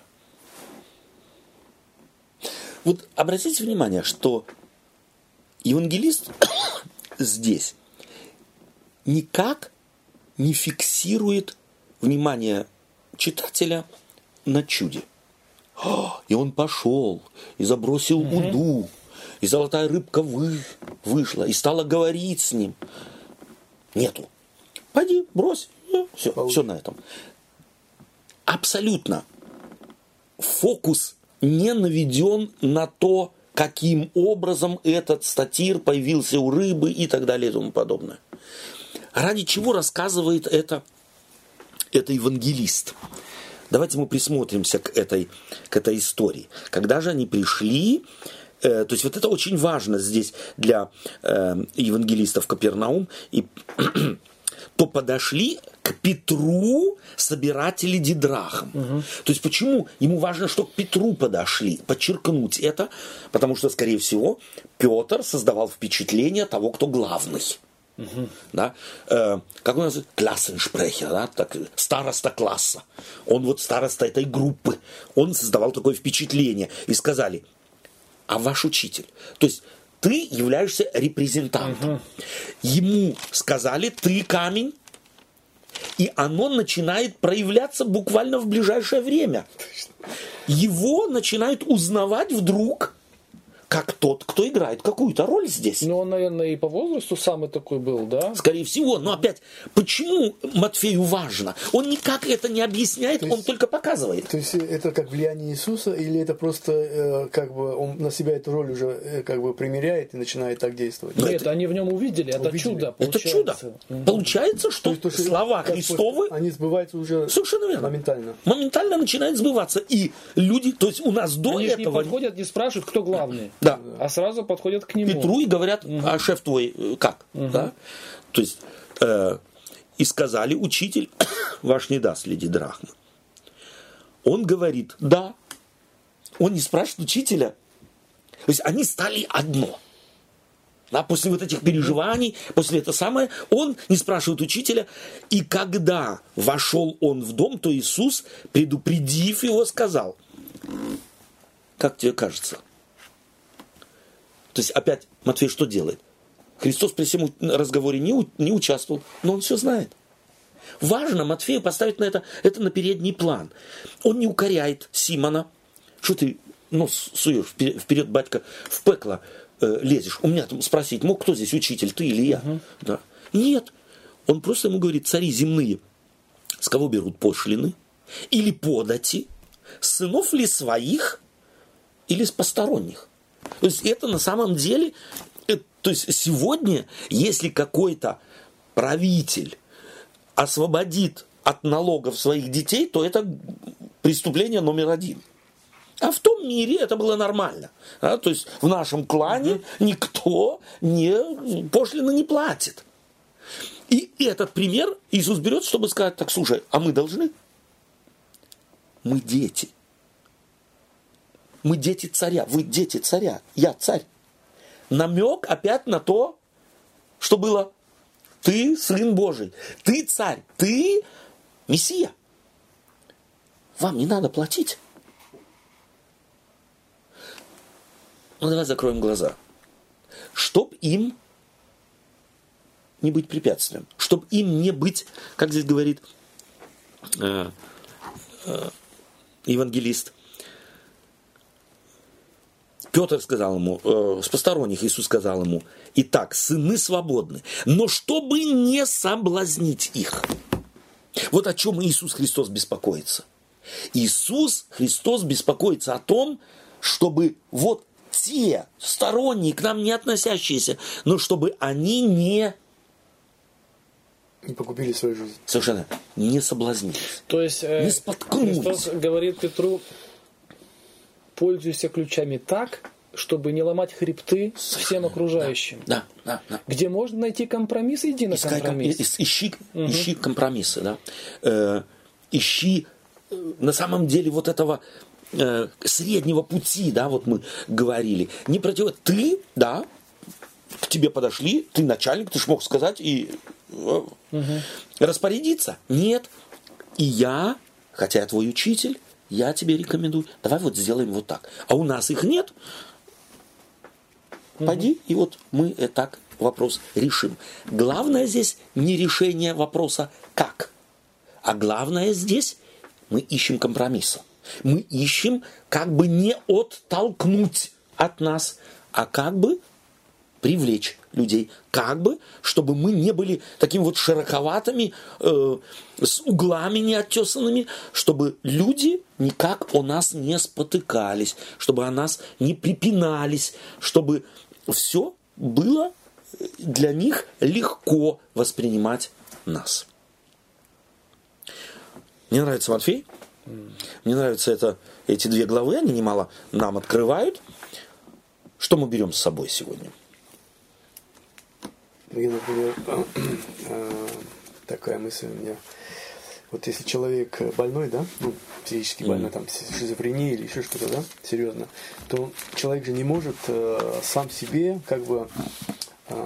S1: Вот обратите внимание, что евангелист здесь никак не фиксирует внимание читателя на чуде. И он пошел, и забросил угу. уду, и золотая рыбка вы, вышла, и стала говорить с ним. Нету. Пойди, брось. Все, все на этом. Абсолютно. Фокус не наведен на то, каким образом этот статир появился у рыбы и так далее и тому подобное. Ради чего рассказывает это, это евангелист? Давайте мы присмотримся к этой, к этой истории. Когда же они пришли, э, то есть вот это очень важно здесь для э, евангелистов Капернаум, и, то подошли к Петру собиратели дидрахм. Угу. То есть почему ему важно, что к Петру подошли? Подчеркнуть это, потому что, скорее всего, Петр создавал впечатление того, кто главный. Угу. Да? Э, как у нас классеншпрехер, да? Так, староста класса. Он вот староста этой группы. Он создавал такое впечатление. И сказали, а ваш учитель? То есть ты являешься репрезентантом. Угу. Ему сказали, ты камень. И оно начинает проявляться буквально в ближайшее время. Его начинают узнавать вдруг как тот, кто играет какую-то роль здесь.
S2: Ну, он, наверное, и по возрасту самый такой был, да?
S1: Скорее всего. Но опять, почему Матфею важно? Он никак это не объясняет, то есть, он только показывает.
S3: То есть это как влияние Иисуса, или это просто э, как бы он на себя эту роль уже э, как бы примеряет и начинает так действовать?
S2: Нет, это, они в нем увидели, это увидели. Чудо.
S1: Это чудо. Mm-hmm. Получается, что, есть, то, что слова Христовы,
S3: они сбываются уже
S1: совершенно верно.
S3: Моментально.
S1: Моментально начинают сбываться. И люди, то есть у нас до
S2: они
S1: этого...
S2: Они не подходят, не спрашивают, кто главный.
S1: Да.
S2: А сразу подходят к нему.
S1: Петру и говорят, угу. а шеф твой как? Угу. Да? То есть, э, и сказали, учитель ваш не даст леди драхмы. Он говорит, да. Он не спрашивает учителя. То есть, они стали одно. Да, после вот этих переживаний, после этого самое, он не спрашивает учителя. И когда вошел он в дом, то Иисус, предупредив его, сказал, как тебе кажется? То есть опять Матфей что делает? Христос при всем разговоре не, не участвовал, но он все знает. Важно Матфею поставить на это, это на передний план. Он не укоряет Симона. Что ты нос суешь вперед, вперед, батька, в пекло э, лезешь? У меня там спросить, мог кто здесь учитель, ты или я? Угу. Да. Нет. Он просто ему говорит, цари земные, с кого берут пошлины? Или подати? С сынов ли своих? Или с посторонних? То есть это на самом деле, это, то есть сегодня, если какой-то правитель освободит от налогов своих детей, то это преступление номер один. А в том мире это было нормально. Да? То есть в нашем клане mm-hmm. никто не, пошлины не платит. И этот пример Иисус берет, чтобы сказать, так, слушай, а мы должны? Мы дети. Мы дети царя, вы дети царя, я царь. Намек опять на то, что было. Ты сын Божий, ты царь, ты Мессия. Вам не надо платить. Ну давай закроем глаза. Чтоб им не быть препятствием, чтоб им не быть, как здесь говорит э, э, евангелист, Петр сказал ему, э, с посторонних Иисус сказал ему, итак, сыны свободны, но чтобы не соблазнить их. Вот о чем Иисус Христос беспокоится. Иисус Христос беспокоится о том, чтобы вот те сторонние, к нам не относящиеся, но чтобы они не...
S3: Не погубили свою жизнь.
S1: Совершенно. Не соблазнились.
S2: То есть э,
S1: не споткнулись.
S2: Христос говорит Петру, пользуйся ключами так, чтобы не ломать хребты всем окружающим.
S1: Да, да, да.
S2: Где можно найти компромисс, иди на
S1: Искай,
S2: компромисс.
S1: И, ищи, угу. ищи компромиссы, да. Э, ищи э, на самом деле вот этого э, среднего пути, да, вот мы говорили. Не против... Ты, да, к тебе подошли, ты начальник, ты ж мог сказать и э, угу. распорядиться. Нет. И я, хотя я твой учитель, я тебе рекомендую, давай вот сделаем вот так. А у нас их нет. Угу. Пойди, и вот мы так вопрос решим. Главное здесь не решение вопроса «как?», а главное здесь мы ищем компромисса. Мы ищем как бы не оттолкнуть от нас, а как бы привлечь людей, как бы, чтобы мы не были такими вот широковатыми, э, с углами неоттесанными, чтобы люди никак о нас не спотыкались, чтобы о нас не припинались, чтобы все было для них легко воспринимать нас. Мне нравится Матфей. Мне нравятся это, эти две главы, они немало нам открывают. Что мы берем с собой сегодня?
S3: Я, например, такая мысль у меня. Вот если человек больной, да, ну, психически больной, там, шизофрения или еще что-то, да, серьезно, то человек же не может э, сам себе, как бы, э,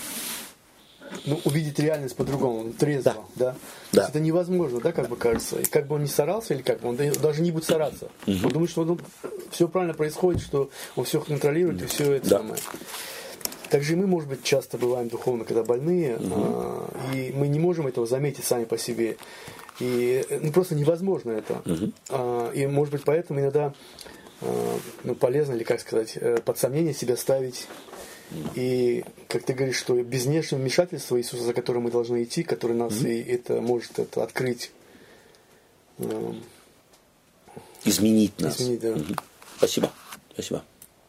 S3: ну, увидеть реальность по-другому, трезво, да. да?
S1: Да.
S3: Это невозможно, да, как бы кажется. И как бы он ни старался, или как бы, он даже не будет стараться. Угу. Он думает, что он, все правильно происходит, что он все контролирует, и все это
S1: да.
S3: самое. Также и мы, может быть, часто бываем духовно, когда больные, угу. а, и мы не можем этого заметить сами по себе. И ну, просто невозможно это. Угу. А, и, может быть, поэтому иногда а, ну, полезно, или как сказать, под сомнение себя ставить. И, как ты говоришь, что без внешнего вмешательства Иисуса, за которым мы должны идти, который нас mm-hmm. и это может это открыть, э,
S1: изменить нас.
S3: Изменить, да.
S1: Mm-hmm. Спасибо. Спасибо.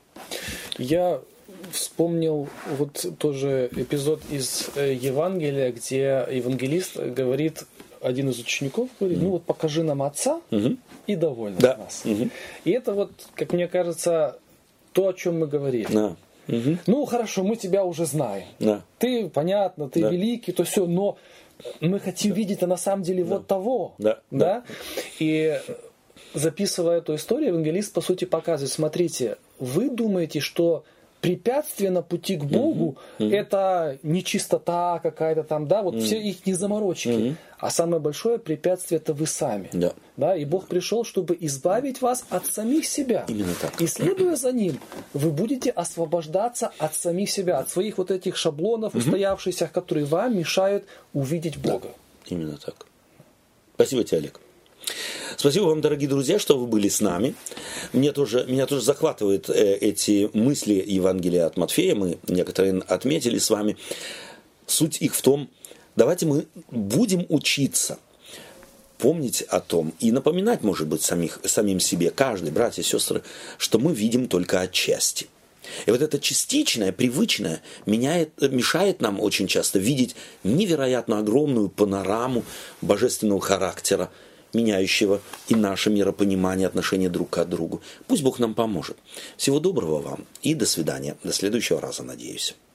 S2: Я вспомнил вот тоже эпизод из Евангелия, где евангелист говорит, один из учеников говорит, ну вот покажи нам Отца mm-hmm. и довольно
S1: да.
S2: нас.
S1: Mm-hmm.
S2: И это вот, как мне кажется, то, о чем мы говорили.
S1: Да. Угу.
S2: Ну хорошо, мы тебя уже знаем.
S1: Да.
S2: Ты, понятно, ты
S1: да.
S2: великий, то все, но мы хотим да. видеть, а на самом деле да. вот того.
S1: Да.
S2: Да? Да? И записывая эту историю, евангелист, по сути, показывает, смотрите, вы думаете, что препятствие на пути к Богу mm-hmm. Mm-hmm. это нечистота какая-то там, да, вот mm-hmm. все их незаморочки. Mm-hmm. А самое большое препятствие это вы сами.
S1: Да.
S2: Да, и Бог пришел, чтобы избавить вас от самих себя.
S1: Именно так.
S2: И следуя за Ним, вы будете освобождаться от самих себя, от своих вот этих шаблонов, mm-hmm. устоявшихся, которые вам мешают увидеть Бога.
S1: Да. Именно так. Спасибо тебе, Олег. Спасибо вам, дорогие друзья, что вы были с нами. Мне тоже, меня тоже захватывают э, эти мысли Евангелия от Матфея. Мы некоторые отметили с вами. Суть их в том, давайте мы будем учиться помнить о том и напоминать, может быть, самих, самим себе, каждый, братья и сестры, что мы видим только отчасти. И вот это частичное, привычное меняет, мешает нам очень часто видеть невероятно огромную панораму божественного характера, меняющего и наше миропонимание, отношения друг к другу. Пусть Бог нам поможет. Всего доброго вам и до свидания. До следующего раза, надеюсь.